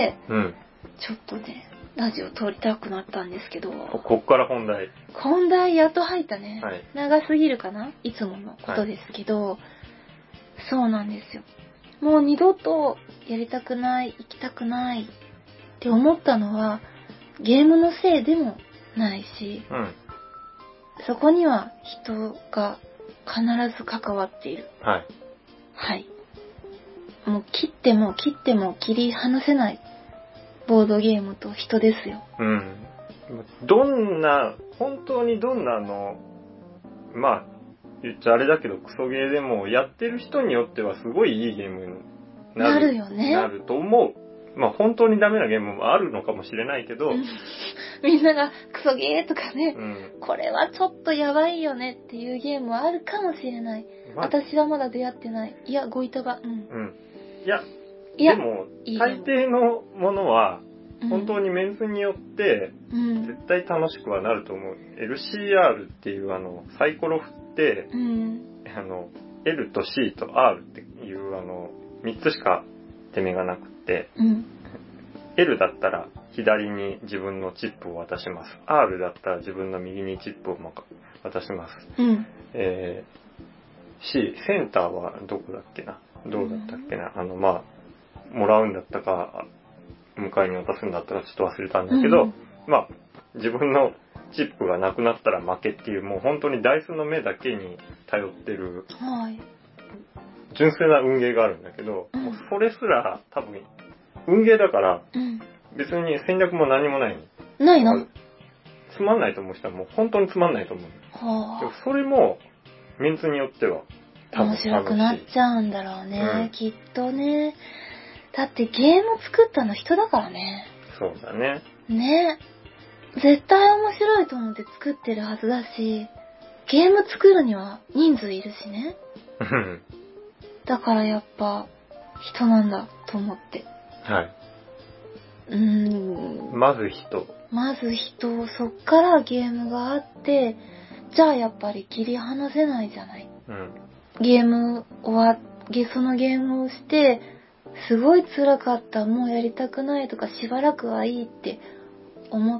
ちょっとね、ラジオ撮りたくなったんですけど。 こっから本題。 本題やっと入ったね。長すぎるかないつものことですけど、そうなんですよ。もう二度とやりたくない、行きたくないって思ったのは、ゲームのせいでもないし、そこには人が必ず関わっている。はい。もう切っても切り離せないボードゲームと人ですよ。 本当にどんなまあ、言っちゃあれだけどクソゲーでもやってる人によってはすごいいいゲームになるよね。なると思う。まあ本当にダメなゲームもあるのかもしれないけど、 みんながクソゲーとかね、これはちょっとやばいよねっていうゲームはあるかもしれない。私はまだ出会ってない。いや、ゴイタバ。 いや、でも大抵のものは本当にメンツによって絶対楽しくはなると思う。LCR っていうサイコロ振って、L と C と R っていう3つしか手目がなくて、L だったら左に自分のチップを渡します。R だったら自分の右にチップを渡します。C、センターはどこだっけな、どうだったっけな、まあ、もらうんだったか、迎えに渡すんだったかちょっと忘れたんだけど、まあ、自分のチップがなくなったら負けっていう、もう本当にダイスの目だけに頼ってる、純粋な運ゲーがあるんだけど、もうそれすら多分、運ゲーだから、 別に戦略も何もないの。 ないの？ つまんないと思う人はもう本当につまんないと思う。はあ、でもそれもメンツによっては面白くなっちゃうんだろうね、きっとね。だってゲーム作ったの人だからね。 そうだね。 ね。絶対面白いと思って作ってるはずだし、ゲーム作るには人数いるしね。だからやっぱ人なんだと思って。 はい。まず人、そっからゲームがあって、じゃあやっぱり切り離せないじゃない。ゲームそのゲームをして、すごい辛かった、もうやりたくないとかしばらくはいいって思って、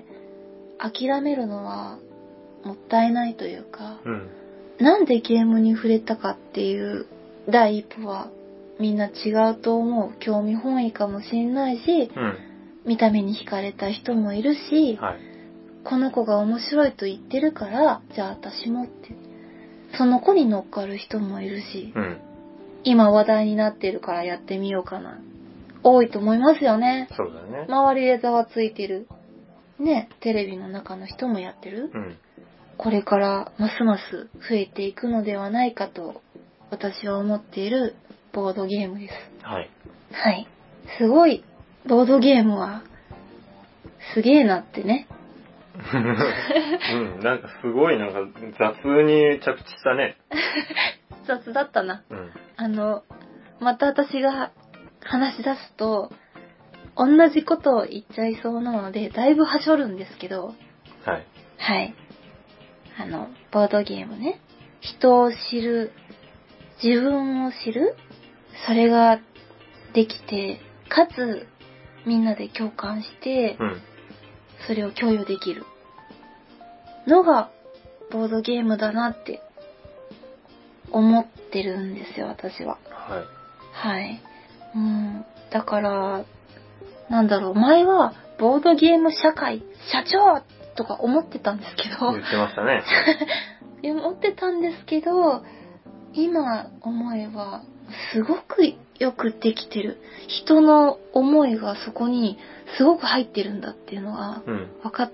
諦めるのはもったいないというか、なんでゲームに触れたかっていう第一歩はみんな違うと思う。興味本位かもしんないし、見た目に惹かれた人もいるし、この子が面白いと言ってるから、じゃあ私もって。その子に乗っかる人もいるし、今話題になってるからやってみようかな。多いと思いますよね。 そうだね。 周りでざわついてる。ね、テレビの中の人もやってる。これからますます増えていくのではないかと私は思っているボードゲームです。はい。はい。すごい、ボードゲームはすげえなってね。 なんかすごいなんか雑に着地したね。 雑だったな。また私が話し出すと、同じことを言っちゃいそうなので、だいぶはしょるんですけど。はい。はい。ボードゲームね。人を知る、自分を知る、それができて、かつ、みんなで共感して、それを共有できるのが、ボードゲームだなって思ってるんですよ、私は。はい。はい。だから、前は、ボードゲーム社会、社長とか思ってたんですけど。 言ってましたね。 思ってたんですけど、今思えば、すごくよくできてる。人の思いがそこにすごく入ってるんだっていうのが分かって、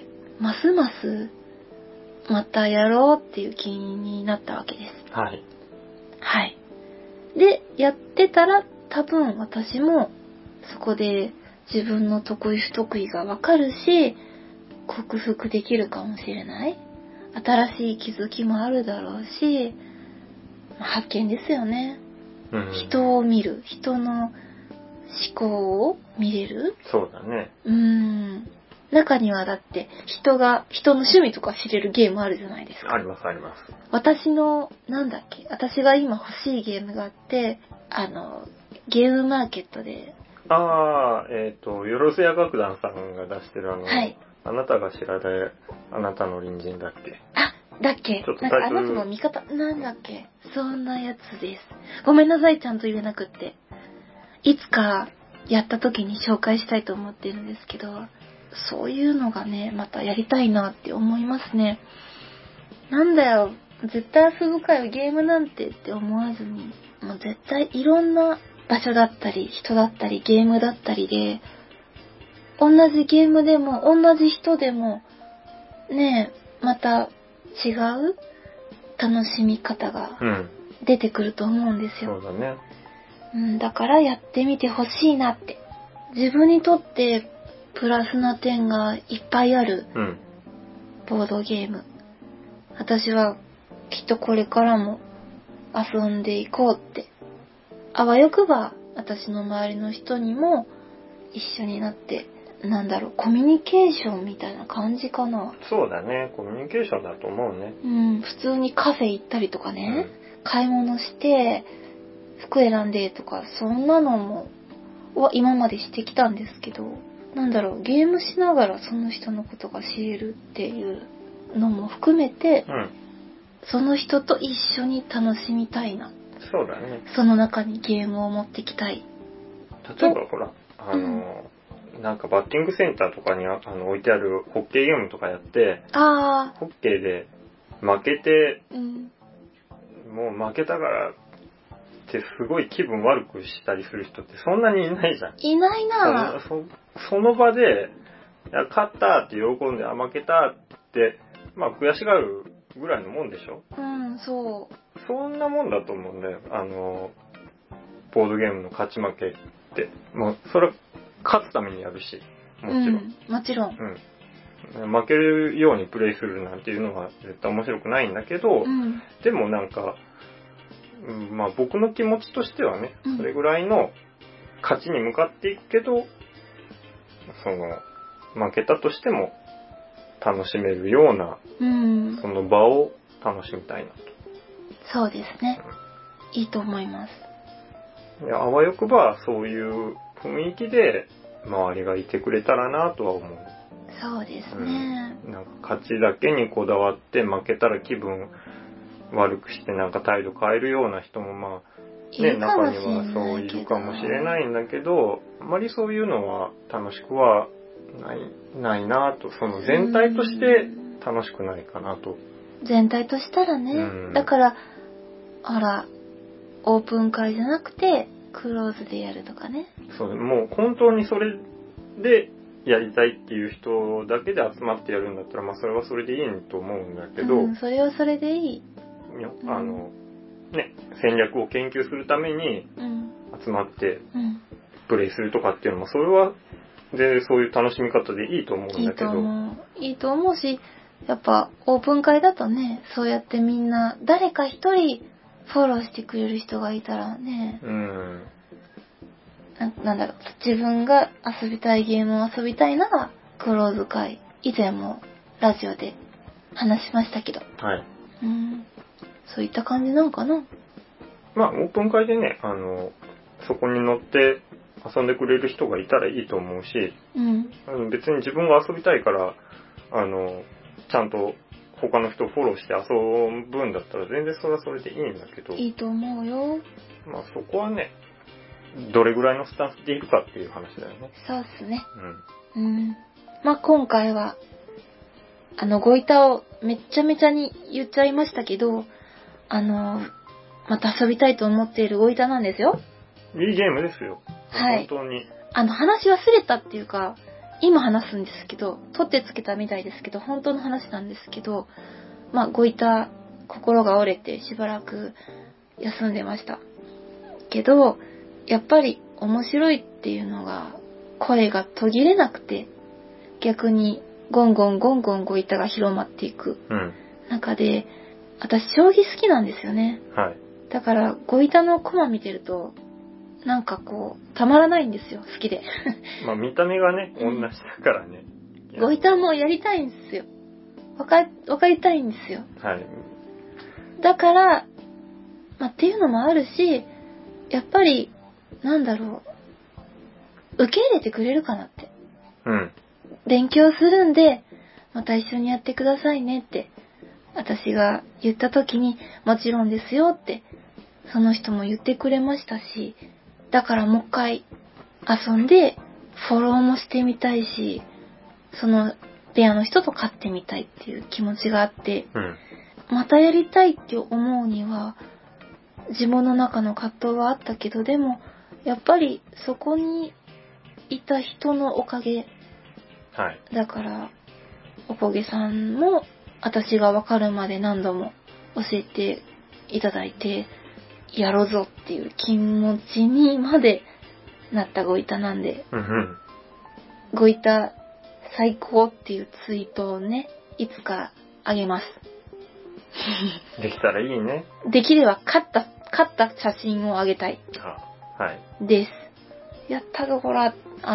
ますますまたやろうっていう気になったわけです。はい。はい。で、やってたら多分私もそこで自分の得意不得意が分かるし、克服できるかもしれない。新しい気づきもあるだろうし、発見ですよね。人を見る、人の思考を見れる。 そうだね。 中にはだって人の趣味とか知れるゲームあるじゃないですか。 ありますあります。 私が今欲しいゲームがあって、ゲームマーケットで。 よろずや楽団さんが出してるはい。 あなたが知らないあなたの隣人だっけ？ だっけ？なんかあなたの味方、なんだっけ？そんなやつです。ごめんなさい、ちゃんと言えなくって。いつかやった時に紹介したいと思ってるんですけど、そういうのがね、またやりたいなって思いますね。なんだよ、絶対遊ぶかよ、ゲームなんてって思わずに、もう絶対いろんな場所だったり、人だったり、ゲームだったりで、同じゲームでも、同じ人でも、ねえ、また違う楽しみ方が出てくると思うんですよ。 そうだね。 だからやってみてほしいなって。自分にとってプラスな点がいっぱいあるボードゲーム。私はきっとこれからも遊んでいこうって。あわよくば私の周りの人にも一緒になって、コミュニケーションみたいな感じかな。 そうだね、コミュニケーションだと思うね。 普通にカフェ行ったりとかね、買い物して、服選んでとか、そんなのも今までしてきたんですけど、ゲームしながらその人のことが知れるっていうのも含めて、その人と一緒に楽しみたいな。 そうだね。 その中にゲームを持ってきたい。 例えばほら、なんかバッティングセンターとかに置いてあるホッケーゲームとかやって、ホッケーで負けて、もう負けたからってすごい気分悪くしたりする人ってそんなにいないじゃん。 いないなその場で、いや勝ったって喜んで、負けたって、まあ悔しがるぐらいのもんでしょ？ うん、そう。 そんなもんだと思うんだよ。ボードゲームの勝ち負けって。もう、それは勝つためにやるし、もちろん。 もちろん。 負けるようにプレイするなんていうのは絶対面白くないんだけど、でもなんか、まあ僕の気持ちとしてはね、それぐらいの勝ちに向かっていくけど、負けたとしても楽しめるような、その場を楽しみたいなと。 そうですね。いいと思います。 いや、あわよくばそういう雰囲気で周りがいてくれたらなとは思う。 そうですね。 なんか勝ちだけにこだわって負けたら気分悪くしてなんか態度変えるような人もまあ、ね、中にはそういるかもしれないんだけど、あまりそういうのは楽しくはないなと、その全体として楽しくないかなと。 全体としたらね、だから、ほら、オープン会じゃなくて、クローズでやるとかね。 そう、もう本当にそれでやりたいっていう人だけで集まってやるんだったら、まあそれはそれでいいと思うんだけど、 それはそれでいい。 ね、戦略を研究するために集まってプレイするとかっていうのも、それはでそういう楽しみ方でいいと思うんだけど。 いいと思うし、やっぱオープン会だとね、そうやってみんな誰か一人フォローしてくれる人がいたらね、なんだろう、自分が遊びたいゲームを遊びたいならクローズ会、以前もラジオで話しましたけど、 はい、 そういった感じなんかな。 まあオープン会でね、そこに乗って遊んでくれる人がいたらいいと思うし、別に自分が遊びたいからちゃんと他の人をフォローして遊ぶんだったら全然それはそれでいいんだけど、 いいと思うよ。 まあそこはね、どれぐらいのスタンスでいるかっていう話だよね。 そうっすね。まあ今回はご板をめちゃめちゃに言っちゃいましたけど、また遊びたいと思っているご板なんですよ。 いいゲームですよ。 はい。 本当に。 話忘れたっていうか、今話すんですけど、取ってつけたみたいですけど、本当の話なんですけど、まあ、ご板、心が折れてしばらく休んでました。けど、やっぱり面白いっていうのが、声が途切れなくて、逆にゴンゴンゴンゴンご板が広まっていく中で、私将棋好きなんですよね。 はい。 だからご板のコマ見てるとなんかこうたまらないんですよ、好きで。 まあ見た目がね同じだからね。 ご板もやりたいんですよ。わかりたいんですよ。 はい。 だからまあっていうのもあるし、やっぱりなんだろう、受け入れてくれるかなって。勉強するんでまた一緒にやってくださいねって私が言った時に、もちろんですよってその人も言ってくれましたし、だからもう一回遊んでフォローもしてみたいし、そのペアの人と勝ってみたいっていう気持ちがあって、またやりたいって思うには自分の中の葛藤はあったけど、でもやっぱりそこにいた人のおかげ、だからおこげさんも私が分かるまで何度も教えていただいて、やろうぞっていう気持ちにまでなったご板なんで、ご板最高っていうツイートをね、いつかあげます。 できたらいいね。 できれば勝った写真をあげたい。です。やったぞほら、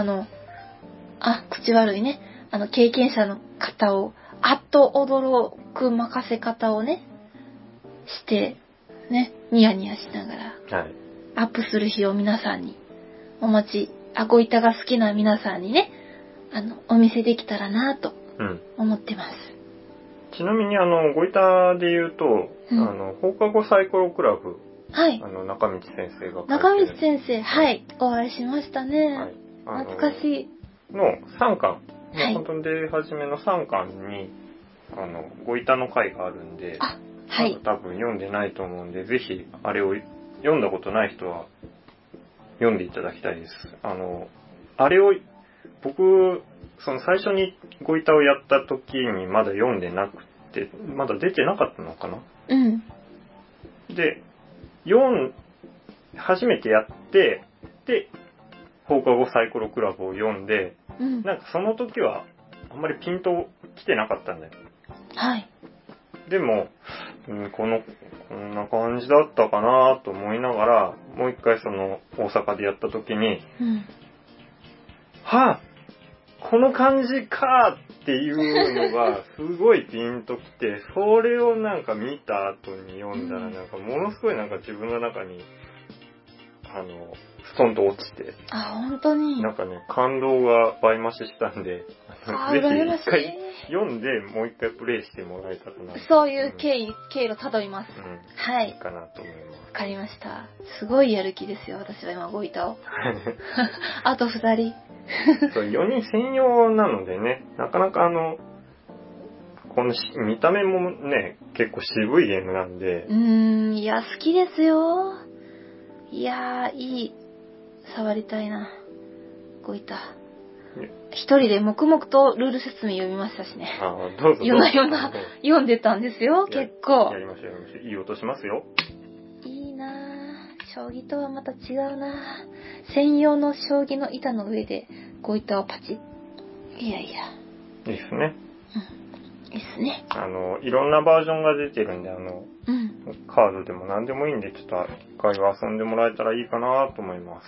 口悪いね。経験者の方を、あっと驚く任せ方をね、して、ね、ニヤニヤしながら、アップする日を皆さんに、ご板が好きな皆さんにね、お見せできたらなと思ってます。 ちなみにご板で言うと、放課後サイコロクラブ、中道先生が中道先生、お会いしましたね。懐かしい。 の3巻、本当に出始めの3巻に、ご板の回があるんで、多分読んでないと思うんで、ぜひあれを読んだことない人は読んでいただきたいです。あれを、僕、その最初にゴイタをやった時にまだ読んでなくて、まだ出てなかったのかな？ うん。 で、初めてやって、で、放課後サイコロクラブを読んで、なんかその時はあんまりピンと来てなかったんだよ。 はい。 でも、こんな感じだったかなと思いながら、もう一回その大阪でやった時に、はぁ、この感じかっていうのがすごいピンときて、それをなんか見た後に読んだらなんかものすごいなんか自分の中にストンと落ちて。 あ、本当に。 なんかね、感動が倍増ししたんで、ぜひ一回読んでもう一回プレイしてもらえたらな。 そういう経路たどります。はい。 いいかなと思います。 わかりました。すごいやる気ですよ、私は今ゴイタを。あと2人。 そう、4人専用なのでね、なかなかこの見た目もね、結構渋いゲームなんで。 いや、好きですよ。いやー、いい。触りたいな。ゴイタ。一人で黙々とルール説明読みましたしね。 ああ、どうぞ。 夜な夜な読んでたんですよ、結構。 やりましょう。いい音しますよ。 いいなぁ。将棋とはまた違うなぁ。専用の将棋の板の上でゴイタをパチッ。いや。いいですね。 いいっすね。 いろんなバージョンが出てるんで、カードでも何でもいいんで、ちょっと一回は遊んでもらえたらいいかなと思います。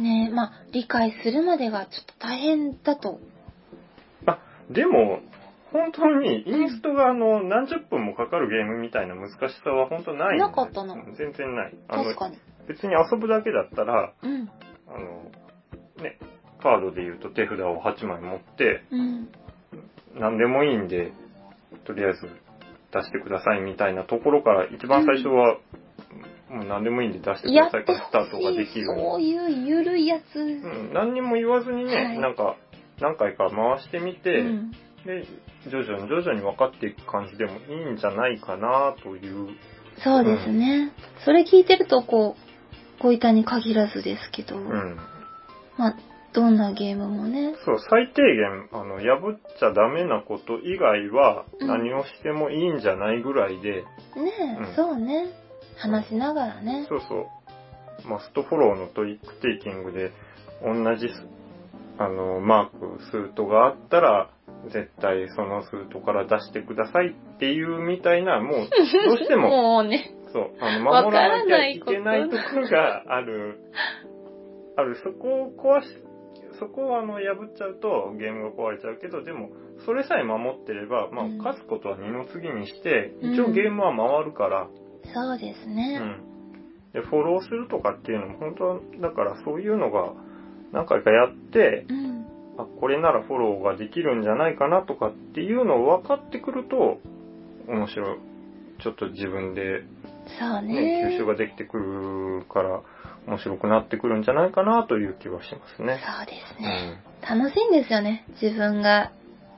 ねえ、まあ、理解するまでがちょっと大変だと。 でも、本当にインストが何十分もかかるゲームみたいな難しさは本当ないんで。 なかったの？ 全然ない。 確かに。 別に遊ぶだけだったら、ね、カードで言うと手札を8枚持って、何でもいいんで、とりあえず出してくださいみたいなところから一番最初は、もう何でもいいんで出してくださいからスタートができる。 そういうゆるいやつ。 何にも言わずにね、なんか何回か回してみて、で徐々に分かっていく感じでもいいんじゃないかなという。 そうですね。それ聞いてるとゴイタに限らずですけど、まあどんなゲームもね。 そう、最低限破っちゃダメなこと以外は何をしてもいいんじゃないぐらいで。 そうね。話しながらね。 そう。マストフォローのトリックテイキングで同じマークスートがあったら絶対そのスートから出してくださいっていうみたいな、もうどうしてももうね、 そう守らなきゃいけないところがあるそこを破っちゃうとゲームが壊れちゃうけど、でもそれさえ守ってれば、勝つことは二の次にして、一応ゲームは回るから。 そうですね。 でフォローするとかっていうのも本当はだからそういうのが何回かやって、これならフォローができるんじゃないかなとかっていうのを分かってくると面白い。ちょっと自分で、吸収ができてくるから面白くなってくるんじゃないかなという気はしますね。 そうですね。楽しいんですよね。自分が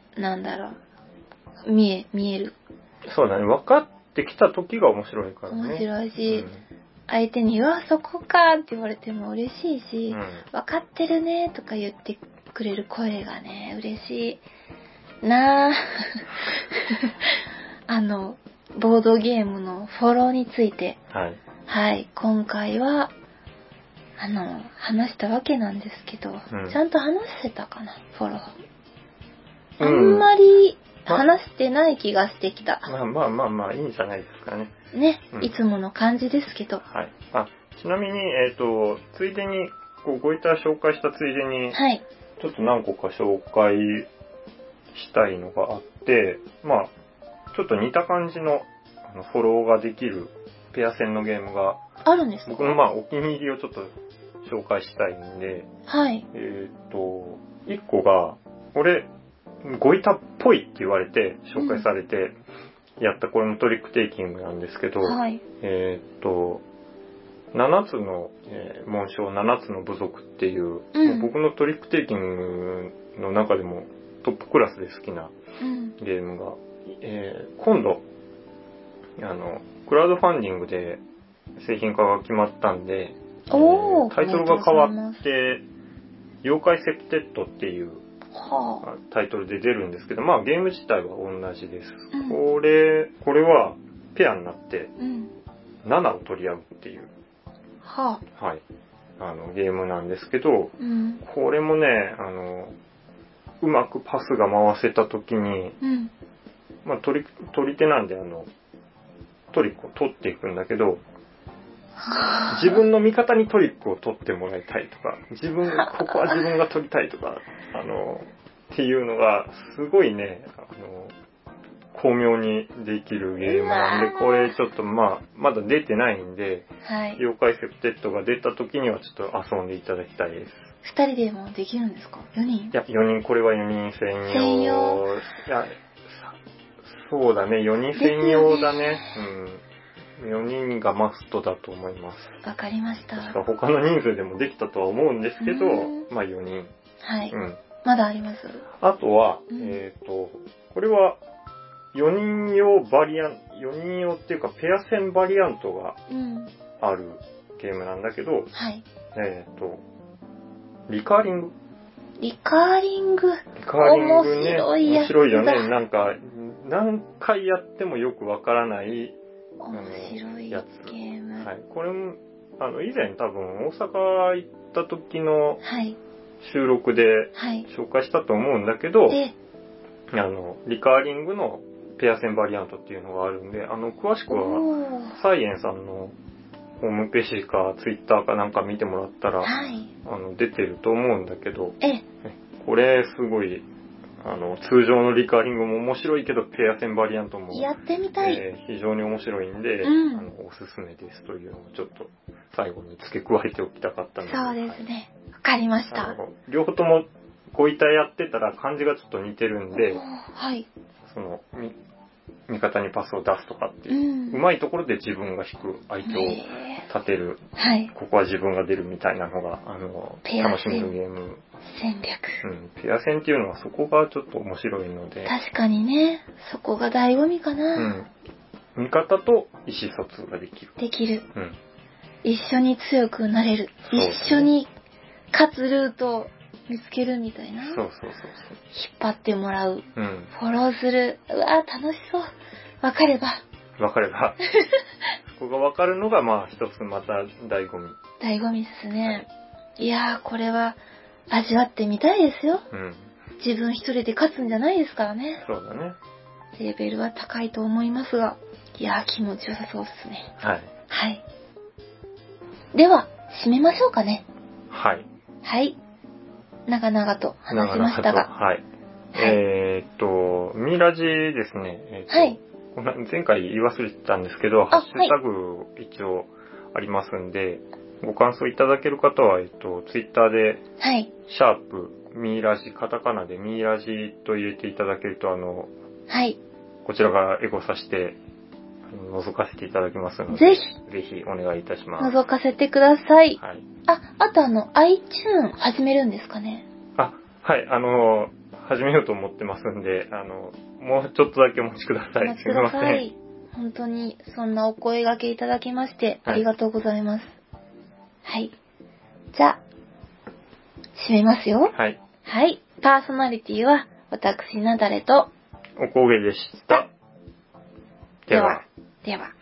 見える。 そうだね。分かってきた時が面白いからね。 面白いし、相手にそこかって言われても嬉しいし、分かってるねとか言ってくれる声がね、嬉しいなぁ。ボードゲームのフォローについて、今回は話したわけなんですけど、ちゃんと話せたかな、フォロー。あんまり話してない気がしてきた。 まあいいんじゃないですかね。 ね、いつもの感じですけど。 ちなみについでにごいた紹介したついでに、ちょっと何個か紹介したいのがあって、ちょっと似た感じのフォローができるペア戦のゲームがあるんですか？ 僕のお気に入りをちょっと紹介したいんで、1個がゴイタっぽいって言われて紹介されてやったこれもトリックテイキングなんですけど、7つの、紋章7つの部族っていう、もう僕のトリックテイキングの中でもトップクラスで好きなゲームが、今度クラウドファンディングで製品化が決まったんで、タイトルが変わって、妖怪セプテッドっていうタイトルで出るんですけど、まあゲーム自体は同じです。これはペアになって、7を取り合うっていう、はい、ゲームなんですけど、これもね、うまくパスが回せた時に、まあ取り手なんでトリックを取っていくんだけど、自分の味方にトリックを取ってもらいたいとか、ここは自分が取りたいとか、っていうのが、すごいね、巧妙にできるゲームなんで、これちょっとまだ出てないんで、妖怪セプテッドが出た時にはちょっと遊んでいただきたいです。 2人でもできるんですか ?4 人？ いや、4人、これは4人専用。いや、そうだね、4人専用だね。4人がマストだと思います。 わかりました。 確か他の人数でもできたとは思うんですけど、まあ4人。 はい。まだあります？ あとは、これは4人用っていうかペア戦バリアントがあるゲームなんだけど、リカーリングね。面白いよね。なんか、何回やってもよくわからない面白いやつ。ゲーム。 はい。これも、以前多分大阪行った時の収録で紹介したと思うんだけど、リカーリングのペア戦バリアントっていうのがあるんで、詳しくは、サイエンさんのホームページかツイッターかなんか見てもらったら、出てると思うんだけど、これすごい、通常のリカーリングも面白いけど、ペア戦バリアントもやってみたい、 非常に面白いんで、おすすめですというのをちょっと最後に付け加えておきたかったので。 そうですね。わかりました。 両方ともご遺体やってたら漢字がちょっと似てるんで、味方にパスを出すとかっていう、うまいところで自分が引く、相手を立てる、ここは自分が出るみたいなのが楽しめるゲーム。 戦略。 ペア戦っていうのはそこがちょっと面白いので。 確かにね、そこが醍醐味かな。 味方と意思疎通ができる。 一緒に強くなれる。一緒に勝つルートを見つけるみたいな。引っ張ってもらう。フォローする。うわ、楽しそう。分かれば。 そこが分かるのが、まあ、一つまた醍醐味。 醍醐味ですね。いやー、これは味わってみたいですよ。自分一人で勝つんじゃないですからね。 そうだね。 レベルは高いと思いますが、いやー、気持ちよさそうですね。はい。では、締めましょうかね。はい。長々と話しましたが。 ミラジですね。前回言い忘れてたんですけど、ハッシュタグ一応ありますんで、ご感想いただける方は、ツイッターで、シャープミラジ、カタカナでミラジと入れていただけると、こちらがエゴさせて、覗かせていただきますので、ぜひお願いいたします。 覗かせてください。あとiTunes 始めるんですかね？ 始めようと思ってますんで、もうちょっとだけお待ちください。すみません。 本当に、そんなお声掛けいただきまして、ありがとうございます。じゃあ、締めますよ。パーソナリティは、私なだれと、 おこげでした。 では。